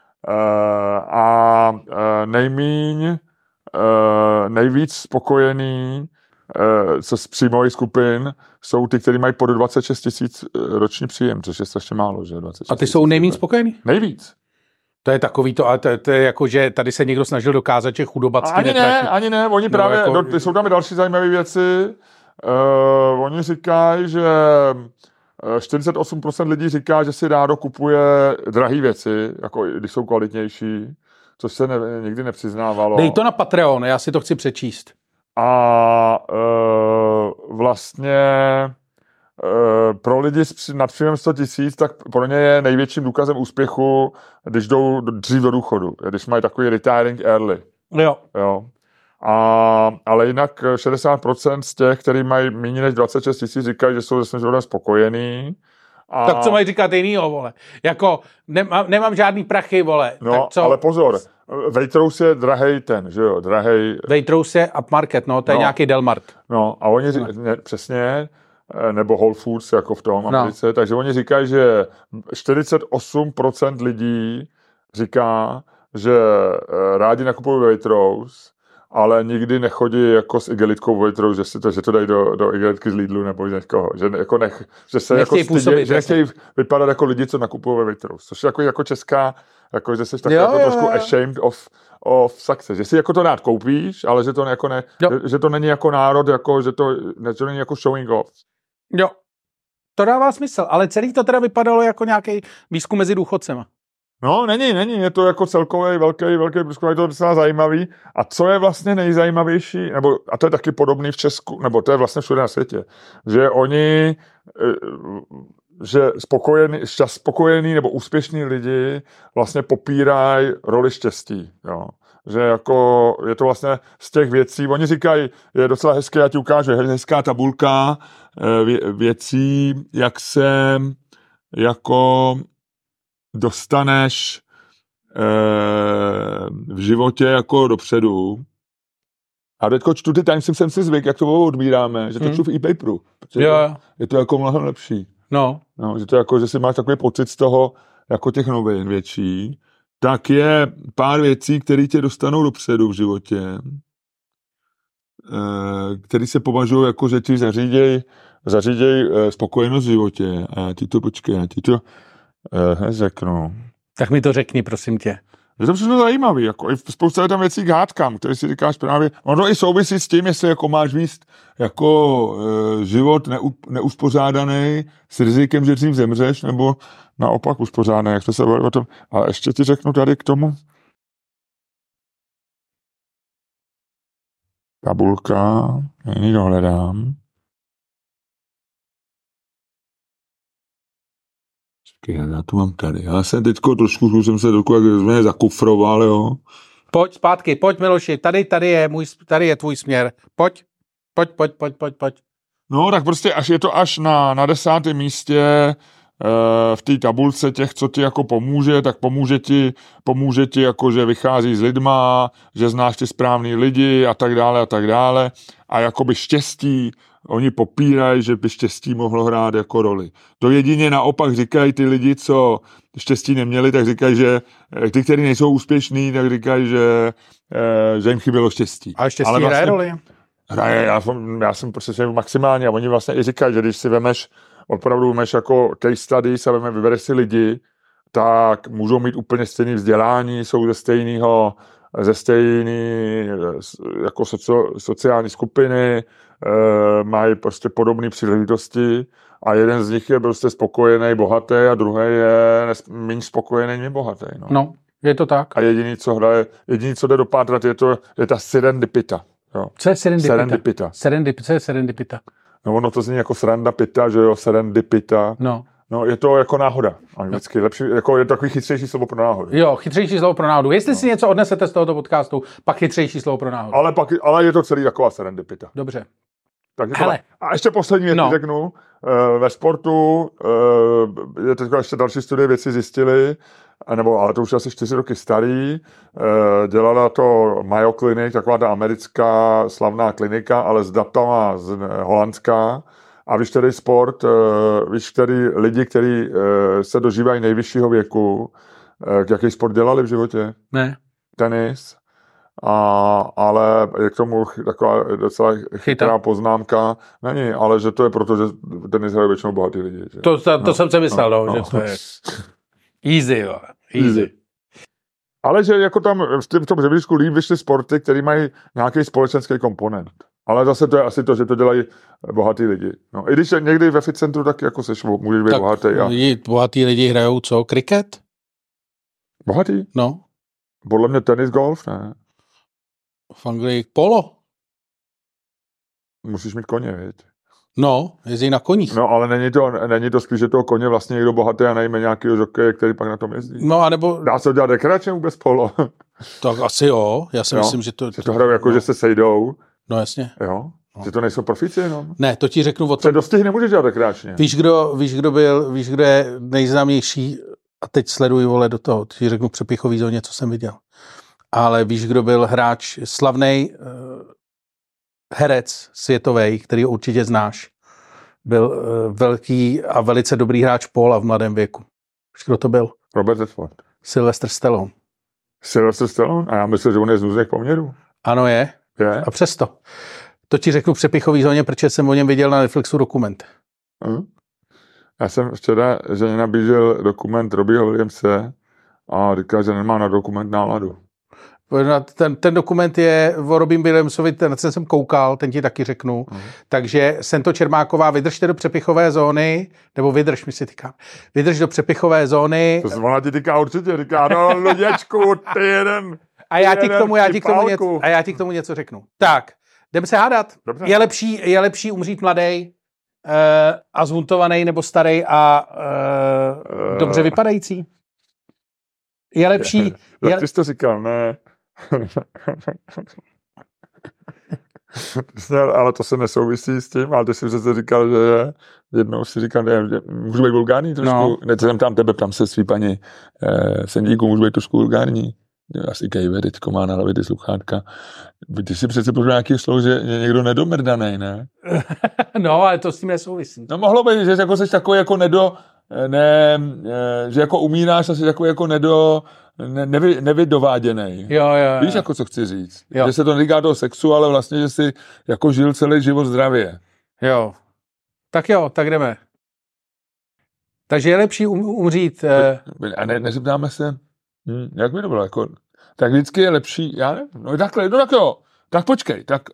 Nejvíc spokojený co z příjmových skupin jsou ty, kteří mají pod 26 000 roční příjem, což je strašně málo, že? 26 a ty jsou nejvíc spokojený? Nejvíc. To je takový to, ale to je jako, že tady se někdo snažil dokázat, že chudobacky netratí. Ani ne, oni právě, jako... jsou tam i další zajímavé věci. Oni říkají, že 48% lidí říká, že si rádo kupuje drahé věci, jako když jsou kvalitnější, což se nikdy nepřiznávalo. Dej to na Patreon, já si to chci přečíst. A vlastně pro lidi nad příjmem 100 000, tak pro ně je největším důkazem úspěchu, když jdou dřív do důchodu, když mají takový retiring early. Jo. Ale jinak 60% z těch, kteří mají méně než 26 000, říkají, že jsou se svým životem spokojení. Tak co mají říkat jinýho, vole? Jako, nemám žádný prachy, vole. No, tak co? Ale pozor, Waitrose je drahej ten, že jo, drahej... Waitrose je upmarket, no, to je nějaký Delmart. No, a oni přesně, nebo Whole Foods, jako v tom Americe, takže oni říkají, že 48% lidí říká, že rádi nakupují Waitrose, ale nikdy nechodí jako s igelitkou Waitrose, že to dají do igelitky z Lidlu nebo z někoho, že se jako stydí, že nechtějí vypadat jako lidi, co nakupují ve Waitrose, což je jako česká, jako že jsi tak jako trošku ashamed of success, že si jako to rád koupíš, ale že to jako že to není jako národ, jako že to není jako showing off. Jo, to dává smysl, ale celý to teda vypadalo jako nějaký výzkum mezi důchodcema. No, není, je to jako celkový velký průzkum, je to docela zajímavý. A co je vlastně nejzajímavější, a to je taky podobný v Česku, nebo to je vlastně všude na světě, že oni že spokojený nebo úspěšní lidi vlastně popírají roli štěstí. Jo. Že jako je to vlastně z těch věcí, oni říkají, je docela hezké, já ti ukážu, je hezká tabulka věcí, jak se jako dostaneš v životě jako dopředu. A teďko čtu ty Timesy, jsem si zvyk, jak to odbíráme, že to čtu v e-paperu. Je to jako mnohem lepší. No, že to jako, že si máš takový pocit z toho, jako těch novin větší, tak je pár věcí, které tě dostanou dopředu v životě, které se považují jako, že ti zaříděj spokojenost v životě. A já ti to řeknu. Tak mi to řekni, prosím tě. Je to všechno zajímavý, jako i spousta tam věcí k hádkám, které si říkáš právě, ono i souvisí s tím, jestli jako máš víc jako život neuspořádaný s rizikem, že dřív zemřeš, nebo naopak uspořádaný, jak to se bavíme o tom. A ještě ti řeknu tady k tomu. Tabulka, jiný dohledám. Já to mám tady. Já jsem teďko trošku, jsem se jak zakufroval, jo. Pojď zpátky, pojď Miloši, tady je tvůj směr. Pojď. No, tak prostě je to až na 10. místě v té tabulce těch, co ti jako pomůže, tak pomůže ti jako, že vychází s lidma, že znáš ty správný lidi a tak dále. A jakoby štěstí, oni popírají, že by štěstí mohlo hrát jako roli. To jedině naopak říkají ty lidi, co štěstí neměli, tak říkají, že ty, kteří nejsou úspěšní, tak říkají, že jim chybělo štěstí. Ale štěstí vlastně hraje roli? Hraje, já jsem prostě maximálně a oni vlastně i říkají, že když si opravdu vemeš jako case studies a vybereš si lidi, tak můžou mít úplně stejné vzdělání, jsou ze stejné jako sociální skupiny, mají prostě podobné příležitosti a jeden z nich je prostě spokojený, bohatý a druhý je méně spokojený, méně bohatý. No, je to tak. A jediný, co jde dopátrat, je ta serendipita. Jo. Co je serendipita? Co je serendipita? No ono to zní jako sranda pita, že jo, serendipita. No, je to jako náhoda. Anglicky lepší, jako je to takový chytřejší slovo pro náhodu. Jo, chytřejší slovo pro náhodu. Jestli si něco odnesete z tohoto podcastu, pak chytřejší slovo pro náhodu. Ale je to celý taková serendipita. Dobře. A ještě poslední věc řeknu. Ve sportu je teď ještě další studie věci zjistili, ale to už asi 4 roky starý. Dělala to Mayo Clinic, taková ta americká slavná klinika, ale s datama z Holandska. A víš tedy sport, víš tedy lidi, kteří se dožívají nejvyššího věku, jaký sport dělali v životě? Ne. Tenis. Ale je k tomu taková docela chytrá poznámka. Není, ale že to je proto, že tenis hrají většinou bohatý lidi. Že? To jsem si myslel, že to je easy, jo. Easy. Ale že jako tam v tom řebříčku líp vyšly sporty, které mají nějaký společenský komponent. Ale zase to je asi to, že to dělají bohatý lidi. No, i když někdy ve fitcentru, tak jako můžeš být bohatý. Bohatý lidi hrajou co? Kriket? Bohatý? No. Podle mě tenis, golf, ne. V Anglii polo. Musíš mít koně, viď? No, jezdí na koních. No, ale není to spíš, že toho koně vlastně někdo bohatý a najme nějakýho žokeje, který pak na tom jezdí. No, anebo... Dá se to dělat rekreačně vůbec polo? Tak asi jo. Já si myslím, že to... Že to hrajou jako, že se sejdou. No, jasně. Jo? Že to nejsou profíci jenom? Ne, to ti řeknu o tom. Dostih nemůžeš dělat rekreačně. Víš, kdo je nejznámější, a teď sleduji, vole, do toho, ti řeknu přepichový zóně, co jsem viděl. Ale víš, kdo byl hráč, slavnej herec světovej, který ho určitě znáš. Byl velký a velice dobrý hráč póla v mladém věku. Víš, kdo to byl? Robert Redford. Sylvester Stallone. Sylvester Stallone? A já myslím, že on je z nuzných poměrů. Ano, je. A přesto. To ti řeknu v přepichový zóně, protože jsem o něm viděl na Netflixu dokument. Já jsem včera, že mě nabízel dokument Robbieho Williamse a říkal, že nemá na dokument náladu. Ten dokument je o Robin Williamsovi, ten jsem koukal, ten ti taky řeknu. Takže Sento Čermáková, vydržte do přepichové zóny, nebo vydrž do přepichové zóny. To ona ti týká určitě, říká, no Luděčku, ty jeden. A já ti k tomu něco řeknu. Tak, jdeme se hádat. Dobře. Je lepší umřít mladej, a zhuntovaný, nebo starý a dobře vypadající? Je lepší... Jak ty jsi to říkal, ne? Ale to se nesouvisí s tím, ale ty jsi přece říkal, že jednou si říkal, že můžu být vulgární trošku, No. Ne, jsem tam tebe, tam se svý paní Sendíku, můžu být trošku vulgární. Asi Kejve, teďko má na hlavě ty sluchátka. Ty si přece pořád nějaký slovo, že je někdo nedomrdanej, ne? No, ale to s tím nesouvisí. No mohlo být, že jako jsi takový jako že jako umíráš a jsi takový jako nevydováděnej. Jo. Víš, jako co chci říct? Jo. Že se to netýká toho sexu, ale vlastně, že jsi jako žil celý život zdravě. Jo. Tak jdeme. Takže je lepší umřít... A nezeptáme se, jak by to bylo, jako, tak vždycky je lepší, já nevím, no takhle, no tak jo, tak počkej, tak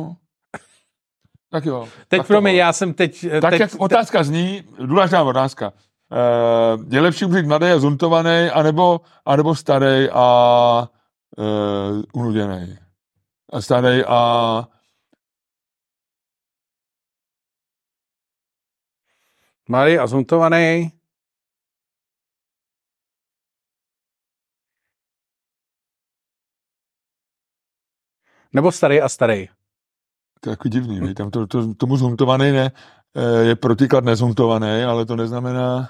jo. Teď pro mě, já jsem teď... Tak jak otázka zní, důležitá otázka, je lepší umřít mladý a zuntovaný, anebo starý a unuděný. A starý a... Mladý a zuntovaný. Nebo starý a starý. To je jako divný, tam tomu zhuntovaný ne, je protiklad nezhuntovaný, ale to neznamená...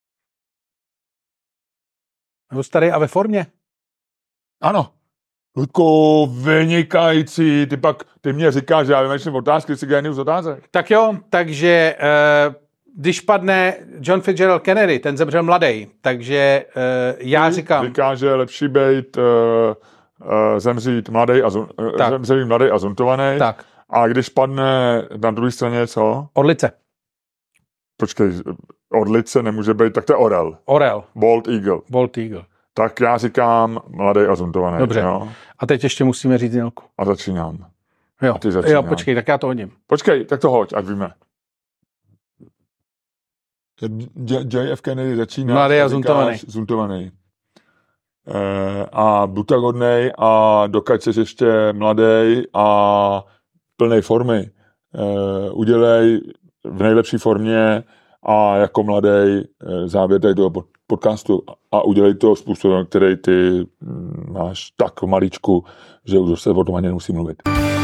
Nebo starý a ve formě. Ano. Ludko, vynikající, ty mě říkáš, že já vymýšlím otázky, jsi genius otázek. Tak jo, takže když padne John Fitzgerald Kennedy, ten zemřel mladý, takže já říkám... Říká, že je lepší být zemřít mladý a zuntovaný. Tak. A když padne na druhé straně co? Orlice. Počkej, orlice nemůže být, tak to je orel. Orel. Bald eagle. Bald eagle. Tak já říkám mladý a zuntovaný. Dobře. Jo? A teď ještě musíme říct znělku. A začínám. Jo. A ty začínám. Jo, počkej, tak já to hodím. Počkej, tak to hoď, ať víme. JF Kennedy začíná. Mladý a zuntovaný. Zuntovaný. A buď tak hodnej a dokud jsi ještě mladý a plnej formy, udělej v nejlepší formě a jako mladý závěr tady toho podcastu a udělej to způsobem, který ty máš tak maličku, že už se o tom ani nemusí mluvit.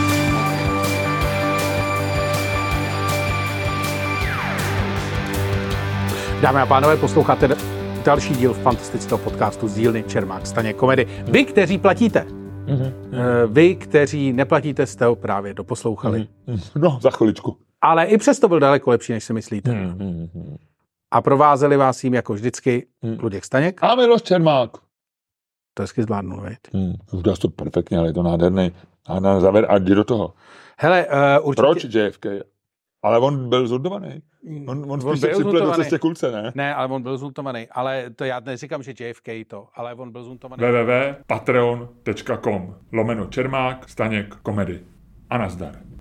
Dámy a pánové, posloucháte další díl fantastického podcastu z dílny Čermák Staněk Komedy. Vy, kteří platíte, vy, kteří neplatíte, jste ho právě doposlouchali. No, za chviličku. Ale i přesto byl daleko lepší, než si myslíte. A provázeli vás jim jako vždycky Luděk Staněk. A Miloš Čermák. To hezky zvládnul, veď? Udělal to perfektně, ale je to nádherný. A na závěr, a jdi do toho. Hele, určitě... Proč JFK? Ale on byl zundovaný. On spíš se připlet do cestě kulce, ne? Ne, ale on byl zuntovaný. Ale to já neříkám, že JFK to, ale on byl zuntovaný. www.patreon.com/Čermák Staněk Komedy. A nazdar.